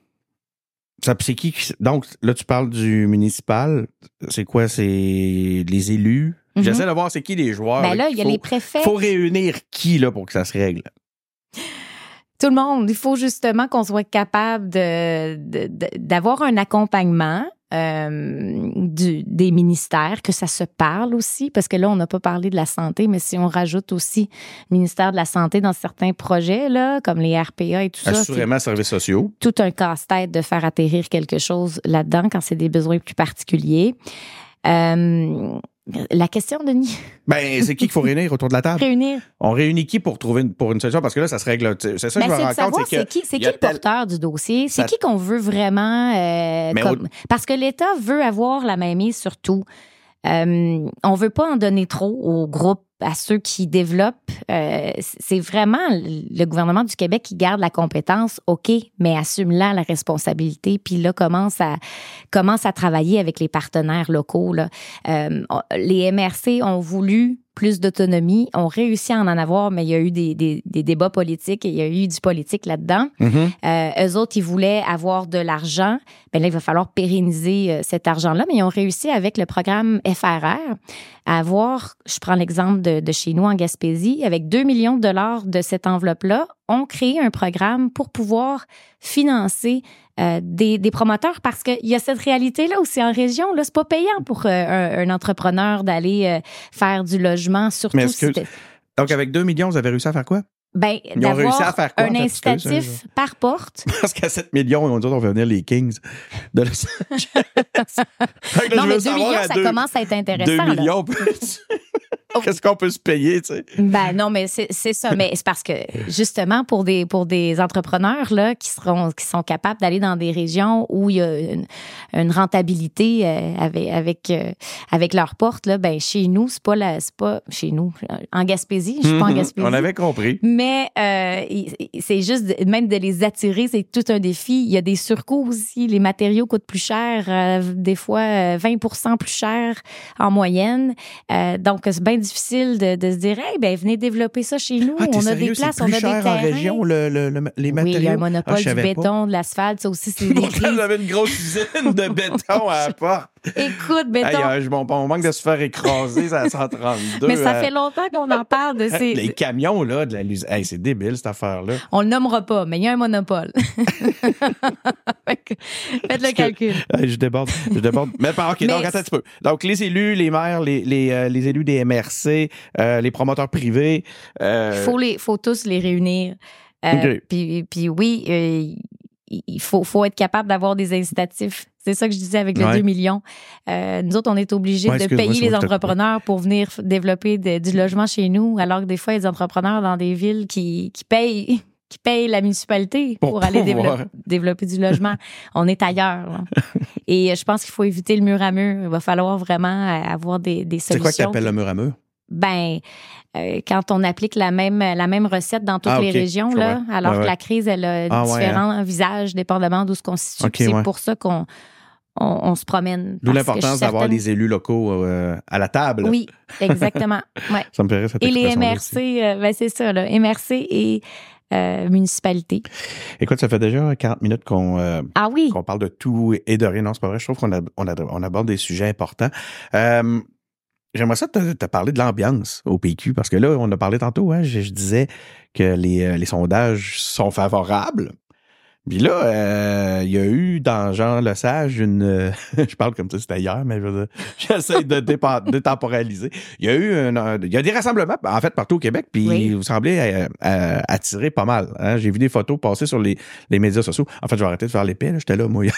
ça, c'est qui? Donc, là, tu parles du municipal. C'est quoi? C'est les élus? Mm-hmm. J'essaie de voir c'est qui les joueurs. Ben là, il y a faut, les préfets. Il faut réunir qui là, pour que ça se règle? Tout le monde. Il faut justement qu'on soit capable de, de, de, d'avoir un accompagnement euh, du, des ministères, que ça se parle aussi, parce que là, on n'a pas parlé de la santé, mais si on rajoute aussi le ministère de la Santé dans certains projets, là, comme les R P A et tout Assurément, ça. Assurément, services sociaux. Tout un casse-tête de faire atterrir quelque chose là-dedans quand c'est des besoins plus particuliers. Euh, La question, Denis? Ben, c'est qui qu'il faut réunir autour de la table? Réunir. On réunit qui pour trouver une, pour une solution? Parce que là, ça se règle. C'est ça que ben, je me rends compte. C'est, c'est qui, c'est qui le tel... porteur du dossier? C'est ça... qui qu'on veut vraiment... Euh, comme... au... Parce que l'État veut avoir la mainmise sur tout. Euh, on veut pas en donner trop aux groupes, à ceux qui développent. Euh, c'est vraiment le gouvernement du Québec qui garde la compétence, OK, mais assume-la la responsabilité, puis là, commence à, commence à travailler avec les partenaires locaux. Là. Euh, les M R C ont voulu plus d'autonomie, ont réussi à en en avoir, mais il y a eu des, des, des débats politiques et il y a eu du politique là-dedans. Mm-hmm. Euh, eux autres, ils voulaient avoir de l'argent. Bien là, il va falloir pérenniser euh, cet argent-là, mais ils ont réussi avec le programme F R R à avoir, je prends l'exemple de, de chez nous en Gaspésie, avec deux millions de dollars de cette enveloppe-là, ont créé un programme pour pouvoir financer euh, des, des promoteurs parce qu'il y a cette réalité-là aussi en région. Là, c'est pas payant pour euh, un, un entrepreneur d'aller euh, faire du logement, surtout. Mais est-ce que... si Donc, avec deux millions, vous avez réussi à faire quoi? Ben, Ils ont réussi à d'avoir faire quoi, un en fait, incitatif que, par porte. Parce qu'à sept millions, on dit on va venir les Kings de Los Angeles. Là, non, mais deux millions, ça deux, commence à être intéressant. deux millions, qu'est-ce qu'on peut se payer, tu sais? Ben non, mais c'est, c'est ça. Mais c'est parce que, justement, pour des, pour des entrepreneurs là, qui, seront, qui sont capables d'aller dans des régions où il y a une, une rentabilité euh, avec, avec, euh, avec leurs portes, là, ben chez nous, c'est pas, la, c'est pas chez nous. En Gaspésie, je suis pas en Gaspésie. On avait compris. Mais euh, c'est juste, de, même de les attirer, c'est tout un défi. Il y a des surcoûts aussi. Les matériaux coûtent plus cher, euh, des fois vingt pour cent plus cher en moyenne. Euh, donc, c'est bien difficile de, de se dire, hey, ben venez développer ça chez nous. Ah, on a sérieux, des places, c'est on plus a cher des terrains. En région, le, le, le, les matériaux. Oui, il y a un monopole ah, du béton, pas. de l'asphalte. Ça aussi, c'est des crises. Vous avez une grosse usine de béton à la porte. Écoute, béton. Hey, bon, on manque de se faire écraser, c'est à cent trente-deux. Mais ça euh... fait longtemps qu'on en parle de ces... Les camions, là, de la l'usine. Hey, c'est débile, cette affaire-là. On le nommera pas, mais il y a un monopole. Faites le calcul. Que, hey, je déborde, je déborde. Mais, OK, mais donc, attends un petit peu. Donc, les élus, les maires, les, les, euh, les élus des M R C, euh, les promoteurs privés... Il euh... faut, les, faut tous les réunir. Euh, okay. Puis, puis oui... Euh, il faut, faut être capable d'avoir des incitatifs. C'est ça que je disais avec le ouais. deux millions. Euh, nous autres, on est obligés ouais, de payer les entrepreneurs pour venir développer de, du logement chez nous, alors que des fois, il y a des entrepreneurs dans des villes qui, qui payent qui payent la municipalité pour, pour aller développer, développer du logement. On est ailleurs. Là. Et je pense qu'il faut éviter le mur à mur. Il va falloir vraiment avoir des, des solutions. C'est quoi que tu appelles le mur à mur? Ben, euh, quand on applique la même, la même recette dans toutes ah, okay. les régions, là, alors ouais, que ouais. la crise, elle a ah, différents ouais, hein. visages dépendamment d'où ce qu'on se situe. Okay, c'est ouais. pour ça qu'on on, on se promène. D'où l'importance d'avoir certaine... les élus locaux euh, à la table. Oui, exactement. Ouais. Ça me ferait cette Et les M R C, euh, ben c'est ça, là, M R C et euh, municipalité. Écoute, ça fait déjà quarante minutes qu'on, euh, ah oui. qu'on parle de tout et de rien. Non, c'est pas vrai. Je trouve qu'on a, on, a, on aborde des sujets importants. Euh, J'aimerais ça te, te parler de l'ambiance au P Q, parce que là, on a parlé tantôt, hein, je, je disais que les, les sondages sont favorables. Puis là, euh, il y a eu dans Jean Lesage une... Euh, je parle comme ça, c'était hier, mais je veux dire, j'essaie de dépa- détemporaliser. Il y a eu un, un, il y a des rassemblements, en fait, partout au Québec, puis oui. vous semblez euh, euh, attirer pas mal. Hein? J'ai vu des photos passer sur les, les médias sociaux. En fait, je vais arrêter de faire l'épée, là, j'étais là, moi.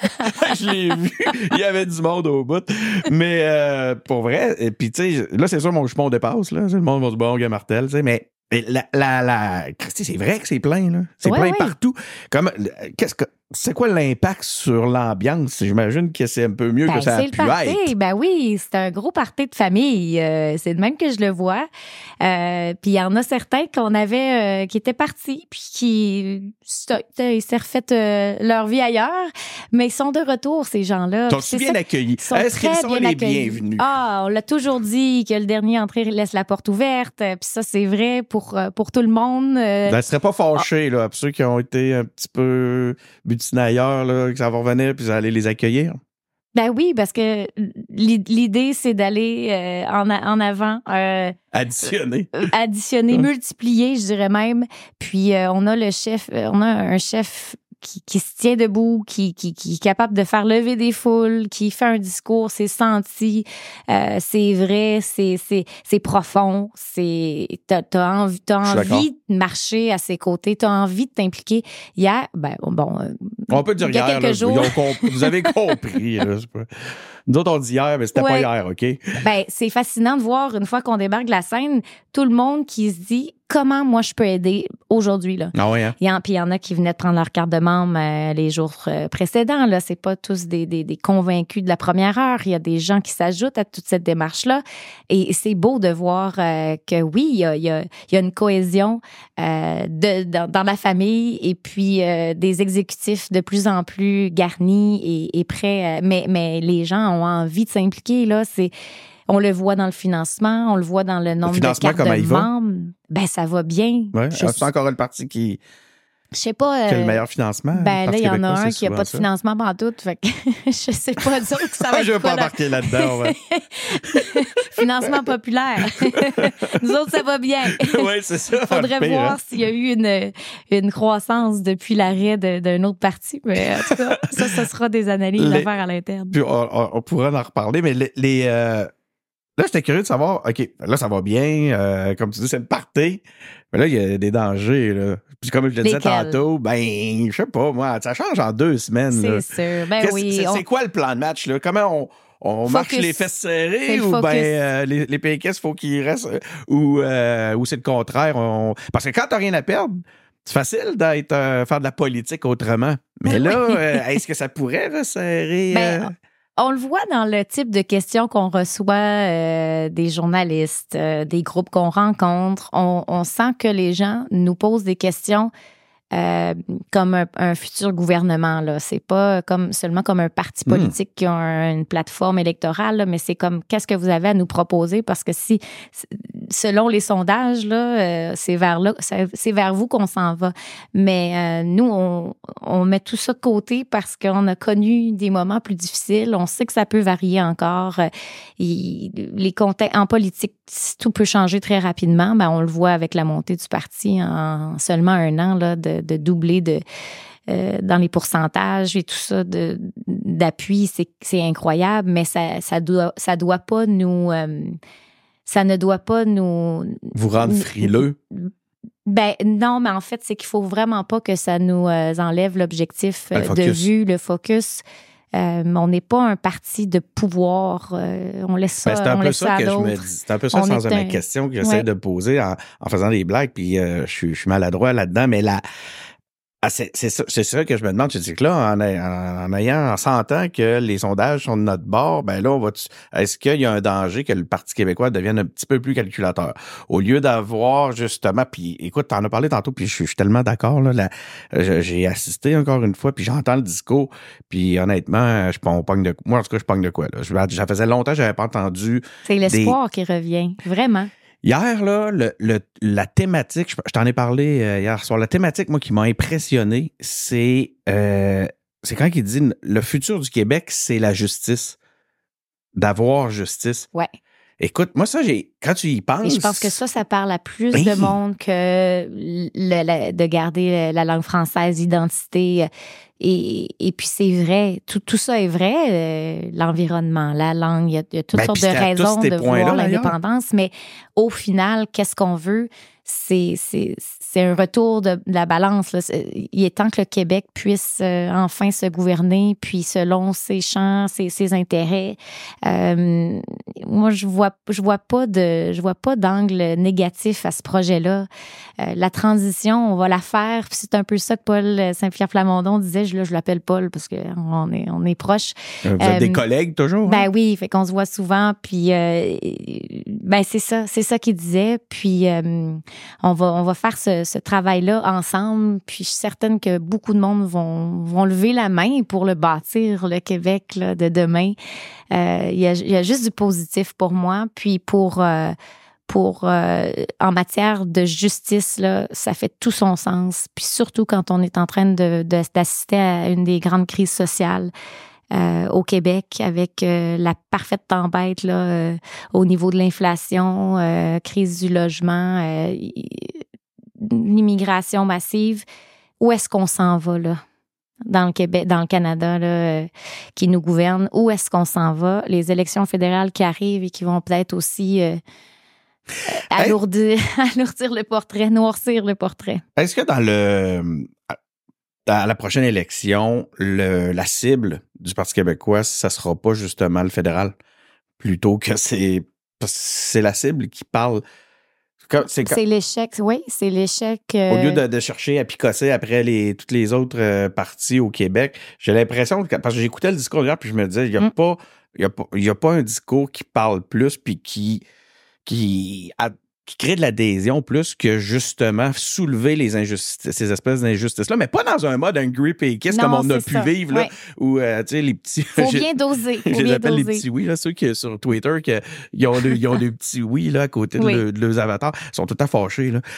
Je l'ai vu, il y avait du monde au bout. Mais euh, pour vrai, et puis tu sais, là, c'est sûr, mon jupon dépasse, là. Le monde va du bon, gars Martel, tu sais, mais... La, la, la, Christy, c'est vrai que c'est plein, là. C'est ouais, plein ouais. partout. Comme, qu'est-ce que, c'est quoi l'impact sur l'ambiance? J'imagine que c'est un peu mieux ben, que ça a pu party. être. Ben oui, c'est un gros party de famille. Euh, c'est de même que je le vois. Euh, puis il y en a certains qu'on avait, euh, qui étaient partis, puis qui, ils s'est refait euh, leur vie ailleurs, mais ils sont de retour, ces gens-là. Ils sont bien accueillis. Est-ce qu'ils sont les accueillis. Bienvenus? Ah, on l'a toujours dit que le dernier entré laisse la porte ouverte. Puis ça, c'est vrai pour, pour tout le monde. Euh, ben, ne serait pas fâché, ah. là, pour ceux qui ont été un petit peu ailleurs, là, que ça va revenir, puis vous allez les accueillir? Ben oui, parce que l'idée, c'est d'aller euh, en, en avant. Euh, additionner. Euh, additionner, multiplier, je dirais même. Puis euh, on a le chef, on a un chef qui, qui se tient debout, qui, qui, qui est capable de faire lever des foules, qui fait un discours, c'est senti, euh, c'est vrai, c'est, c'est, c'est profond, c'est, t'as, t'as envie, t'as envie de marcher à ses côtés, t'as envie de t'impliquer. Hier, ben, bon, euh, on peut dire il y a hier, quelques là, jours. Comp- vous avez compris, là, c'est pas... Nous autres, on dit hier, mais c'était ouais. pas hier, OK? Ben, c'est fascinant de voir, une fois qu'on débarque de la scène, tout le monde qui se dit comment moi je peux aider aujourd'hui, là. Ah ouais, hein? Il y en, puis il y en a qui venaient de prendre leur carte de membre euh, les jours euh, précédents, là. C'est pas tous des, des, des convaincus de la première heure. Il y a des gens qui s'ajoutent à toute cette démarche-là. Et c'est beau de voir euh, que oui, il y a, il y a, il y a une cohésion euh, de, dans, dans la famille et puis euh, des exécutifs de plus en plus garnis et, et prêts. Euh, mais, mais les gens ont envie de s'impliquer, là. C'est... On le voit dans le financement, on le voit dans le nombre le de cartes de membres. Ben, ça va bien. Ouais. C'est suis... encore le parti qui... Je sais pas. Euh, qui a le meilleur financement. Ben là, il y en a un qui n'a pas de financement pantoute. Fait que je sais pas dire que ça va être. Je ne veux pas embarquer là. là-dedans. Ouais. Financement populaire. Nous autres, ça va bien. Oui, c'est ça. Il faudrait pire, voir hein? s'il y a eu une, une croissance depuis l'arrêt de, d'un autre parti. Mais en tout cas, ça, ce sera des analyses les... à faire à l'interne. Puis on, on, on pourra en reparler, mais les... les euh... Là, j'étais curieux de savoir, OK, là, ça va bien. Euh, comme tu dis, c'est une party. Mais là, il y a des dangers, là. Puis comme je le disais Lesquels? tantôt, ben, je sais pas, moi, ça change en deux semaines. C'est là. sûr. Ben Qu'est-ce, oui. C'est, on... c'est quoi le plan de match, là? Comment on, on marche les fesses serrées ou ben euh, les, les P Q S, il faut qu'ils restent ou, euh, ou c'est le contraire? On... Parce que quand t'as rien à perdre, c'est facile d'être euh, faire de la politique autrement. Mais là, euh, est-ce que ça pourrait resserrer... Ben, euh... On le voit dans le type de questions qu'on reçoit euh, des journalistes, euh, des groupes qu'on rencontre. On, on sent que les gens nous posent des questions euh, comme un, un futur gouvernement. Là. C'est pas comme seulement comme un parti politique mmh. qui a un, une plateforme électorale, là, mais c'est comme qu'est-ce que vous avez à nous proposer? Parce que si, selon les sondages, là, euh, c'est vers là, c'est vers vous qu'on s'en va. Mais euh, nous, on, on met tout ça de côté parce qu'on a connu des moments plus difficiles. On sait que ça peut varier encore. Et les contextes en politique, tout peut changer très rapidement. Ben, on le voit avec la montée du parti en seulement un an, là, de, de doubler de euh, dans les pourcentages et tout ça de d'appui, c'est c'est incroyable. Mais ça ça doit ça doit pas nous euh, ça ne doit pas nous vous rendre frileux. Ben non, mais en fait, c'est qu'il faut vraiment pas que ça nous euh, enlève l'objectif euh, de vue, le focus. Euh, on n'est pas un parti de pouvoir. Euh, on laisse ça, ben, c'est un on peu laisse ça, ça à que l'autre. je me dis. C'est un peu ça, On sans est ma un... question que j'essaie ouais. de poser en, en faisant des blagues, puis euh, je, suis, je suis maladroit là-dedans, mais la... Ah, c'est, c'est, ça, c'est ça que je me demande. Je dis que là, en, en, en ayant, en sentant que les sondages sont de notre bord, ben là, on va, est-ce qu'il y a un danger que le Parti québécois devienne un petit peu plus calculateur? Au lieu d'avoir, justement, puis écoute, t'en as parlé tantôt, puis je, je suis tellement d'accord, là, là, j'ai assisté encore une fois, puis j'entends le discours, puis honnêtement, je on pogne de, moi, en tout cas, je pogne de quoi, là. Je, ça faisait longtemps que j'avais pas entendu. C'est l'espoir des... qui revient, vraiment. Hier, là, le, le, la thématique, je, je t'en ai parlé euh, hier soir, la thématique, moi, qui m'a impressionné, c'est, euh, c'est quand il dit le futur du Québec, c'est la justice. D'avoir justice. Ouais. Écoute, moi, ça, j'ai quand tu y penses... Et je pense que ça, ça parle à plus hey. de monde que le, le, de garder la langue française, l'identité. Et, et puis, c'est vrai. Tout, tout ça est vrai. Euh, l'environnement, la langue, il y a, il y a toutes ben, sortes de raisons de vouloir l'indépendance. Mais au final, qu'est-ce qu'on veut? C'est, c'est, c'est un retour de, de la balance. Là. Il est temps que le Québec puisse euh, enfin se gouverner, puis selon ses champs, ses, ses intérêts. Euh, moi, je vois, je vois pas de, je vois pas d'angle négatif à ce projet-là. Euh, la transition, on va la faire. Puis c'est un peu ça que Paul Saint-Pierre Plamondon disait. Je, là, je l'appelle Paul parce qu'on est, on est proches. Vous êtes euh, des collègues toujours? Ben hein? oui, fait qu'on se voit souvent. Puis euh, ben c'est ça, c'est ça qu'il disait. Puis euh, on va, on va faire ce, ce travail-là ensemble. Puis je suis certaine que beaucoup de monde vont, vont lever la main pour le bâtir, le Québec là, de demain. Euh, il y a, il y a juste du positif pour moi. Puis pour, euh, pour euh, en matière de justice, là, ça fait tout son sens. Puis surtout quand on est en train de, de, d'assister à une des grandes crises sociales. Euh, au Québec avec euh, la parfaite tempête là, euh, au niveau de l'inflation, euh, crise du logement, euh, l'immigration massive. Où est-ce qu'on s'en va là? Dans le Québec, dans le Canada là, euh, qui nous gouverne, où est-ce qu'on s'en va? Les élections fédérales qui arrivent et qui vont peut-être aussi euh, alourdir, hey. alourdir le portrait, noircir le portrait. Est-ce que dans le... à la prochaine élection, le, la cible du Parti québécois, ça sera pas justement le fédéral, plutôt que c'est c'est la cible qui parle. C'est, quand, c'est l'échec, oui, c'est l'échec. Euh... Au lieu de, de chercher à picosser après les toutes les autres euh, partis au Québec, j'ai l'impression que parce que j'écoutais le discours hier puis je me disais il y a mm. pas il y a pas il y a pas un discours qui parle plus puis qui qui a, qui crée de l'adhésion plus que justement soulever les injustices, ces espèces d'injustices-là, mais pas dans un mode angry péquiste comme on a pu ça. vivre, là, ouais. où, euh, tu sais, les petits... Faut bien doser, faut je les appelle doser. les petits oui, là, ceux qui, sur Twitter, qui ils ont, le, ils ont des petits oui, là, à côté oui. de, le, de leurs avatars, ils sont tout à fâchés, là.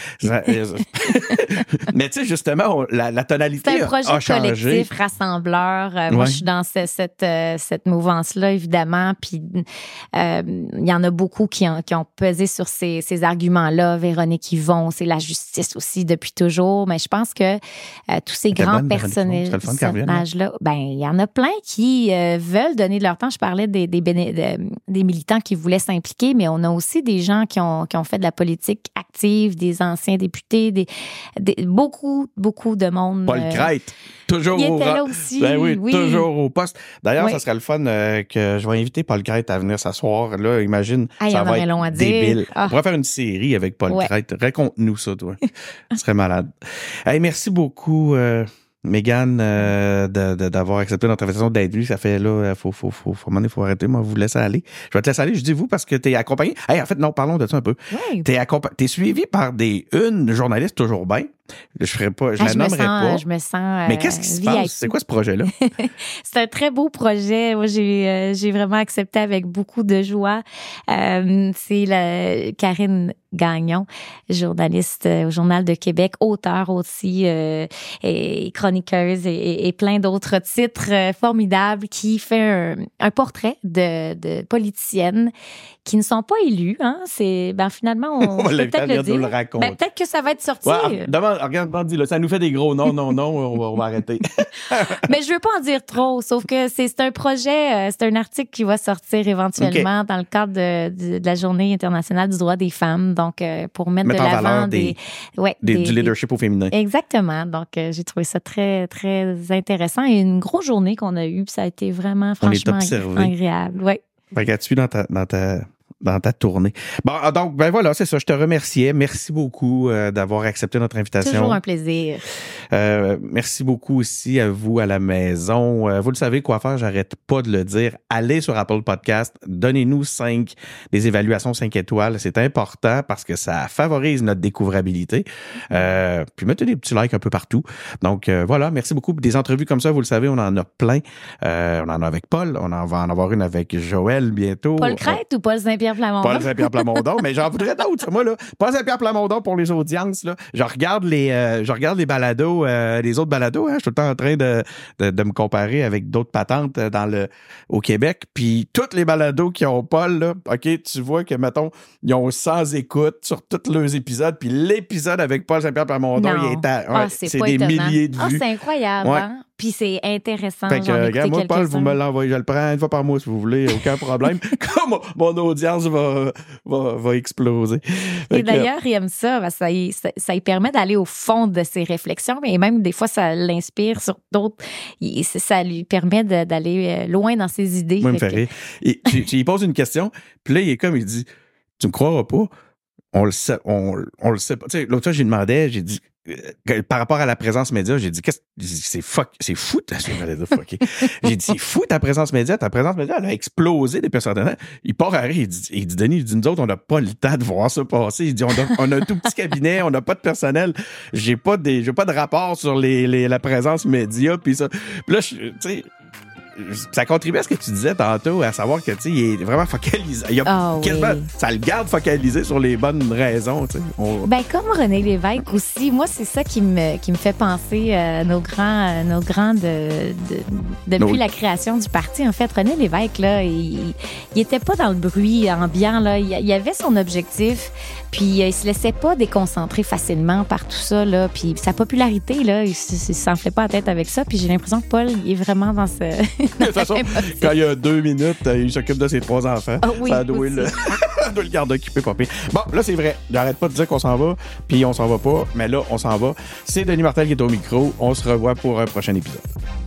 Mais tu sais, justement, on, la, la tonalité a changé. C'est un projet collectif, rassembleur. Euh, ouais. Moi, je suis dans ce, cette, euh, cette mouvance-là, évidemment, puis euh, il y en a beaucoup qui ont, qui ont pesé sur ces, ces arguments arguments-là, Véronique Yvon, c'est la justice aussi depuis toujours, mais je pense que euh, tous ces c'est grands personnages-là, ben il y en a plein qui euh, veulent donner de leur temps. Je parlais des, des, béné- de, des militants qui voulaient s'impliquer, mais on a aussi des gens qui ont, qui ont fait de la politique active, des anciens députés, des, des beaucoup, beaucoup de monde. Paul euh, Crête, toujours il au était là aussi. Ben oui, oui, toujours au poste. D'ailleurs, oui. ça serait le fun euh, que je vais inviter Paul Crête à venir s'asseoir. Là, imagine, ah, ça va être long à débile. Ah. On pourrait faire une série avec Paul ouais. Crête. Raconte-nous ça, toi. Ce serait malade. Hey, merci beaucoup, euh, Mégane, euh, de, de, d'avoir accepté notre invitation d'être venue. Ça fait là, faut, faut, faut, faut, faut, faut arrêter. Moi, vous laisser aller. Je vais te laisser aller. Je dis vous parce que t'es accompagné. Hey, en fait, non, parlons de ça un peu. Ouais. T'es accompa- t'es suivi par des une journaliste toujours bien. Je ferai pas, je ah, la je nommerai sens, pas. Je me sens. Euh, Mais qu'est-ce qui se passe? C'est quoi ce projet-là? C'est un très beau projet. Moi, j'ai, euh, j'ai vraiment accepté avec beaucoup de joie. Euh, c'est la Karine Gagnon, journaliste au Journal de Québec, auteure aussi, euh, et chroniqueuse et, et, et plein d'autres titres euh, formidables, qui fait un, un portrait de, de politiciennes qui ne sont pas élues. Hein. C'est, ben finalement, on, on peut peut-être le dire. Le ben, peut-être que ça va être sorti. Ouais, demande, regarde, Bandit, là, ça nous fait des gros non, non, non, on va, on va arrêter. Mais je veux pas en dire trop, sauf que c'est, c'est un projet, euh, c'est un article qui va sortir éventuellement okay. dans le cadre de, de, de la Journée internationale du droit des femmes, donc euh, pour mettre, mettre de l'avant des, des, ouais, des, des, du leadership au féminin. Exactement, donc euh, j'ai trouvé ça très, très intéressant et une grosse journée qu'on a eue, puis ça a été vraiment franchement agréable. Ouais. Fait que tu dans ta, dans ta dans ta tournée. Bon, donc, ben voilà, c'est ça. Je te remerciais. Merci beaucoup euh, d'avoir accepté notre invitation. Toujours un plaisir. Euh, merci beaucoup aussi à vous à la maison. Euh, vous le savez quoi faire, j'arrête pas de le dire. Allez sur Apple Podcast, donnez-nous cinq, des évaluations cinq étoiles. C'est important parce que ça favorise notre découvrabilité. Euh, puis mettez des petits likes un peu partout. Donc, euh, voilà, merci beaucoup. Des entrevues comme ça, vous le savez, on en a plein. Euh, on en a avec Paul, on en va en avoir une avec Joël bientôt. Paul Crête on... ou Paul Saint-Pierre Plamondon? Paul Saint-Pierre Plamondon, mais j'en voudrais d'autres. Moi, là, Paul Saint-Pierre Plamondon pour les audiences, là, je regarde les, euh, je regarde les balados, euh, les autres balados, hein, je suis tout le temps en train de, de, de me comparer avec d'autres patentes dans le, au Québec, puis toutes les balados qui ont Paul, là, OK, tu vois que, mettons, ils ont cent écoutes sur tous leurs épisodes, puis l'épisode avec Paul Saint-Pierre Plamondon, non. il est à, ouais, ah, c'est, c'est pas des étonnant. milliers de vues. Ah, c'est incroyable, ouais. Hein? Puis c'est intéressant. Fait que, regarde, moi, Paul, vous me l'envoyez. Je le prends une fois par mois si vous voulez. Aucun problème. Comme mon audience va, va, va exploser. Fait Et d'ailleurs, que, il aime ça. Ça y, ça, ça y permet d'aller au fond de ses réflexions. Mais même, des fois, ça l'inspire sur d'autres. Il, ça lui permet de, d'aller loin dans ses idées. Moi, il me fait rire. Et tu, tu lui poses une question. Puis là, il est comme, il dit, tu me croiras pas. On le sait, on, on le sait pas. Tu sais, l'autre fois, j'ai demandé, j'ai dit, euh, par rapport à la présence média, j'ai dit, qu'est-ce, c'est fuck, c'est fou, ta, j'ai dit, c'est fou ta présence média, ta présence média, elle a explosé des personnes. Il part à rire, il dit, il dit, Denis, il dit, nous autres, on n'a pas le temps de voir ça passer. Il dit, on a, on a un tout petit cabinet, on n'a pas de personnel, j'ai pas des, j'ai pas de rapport sur les, les, la présence média, puis ça. Puis là, tu sais, ça contribue à ce que tu disais tantôt, à savoir que, tu sais, il est vraiment focalisé. Il y a oh, quasiment, oui. Ça le garde focalisé sur les bonnes raisons, tu sais. On... Ben, comme René Lévesque aussi. Moi, c'est ça qui me, qui me fait penser à nos grands, nos grands de, de, depuis nos... la création du parti. En fait, René Lévesque, là, il, il était pas dans le bruit ambiant, là. Il, il avait son objectif, puis il se laissait pas déconcentrer facilement par tout ça, là. Puis sa popularité, là, il, il s'enflait pas la tête avec ça. Puis j'ai l'impression que Paul, il est vraiment dans ce... De toute façon, quand il y a deux minutes, il s'occupe de ses trois enfants. Oh oui, ça doit le, doit le garder occupé, papy. Bon, là, c'est vrai. J'arrête pas de dire qu'on s'en va, puis on s'en va pas, mais là, on s'en va. C'est Denis Martel qui est au micro. On se revoit pour un prochain épisode.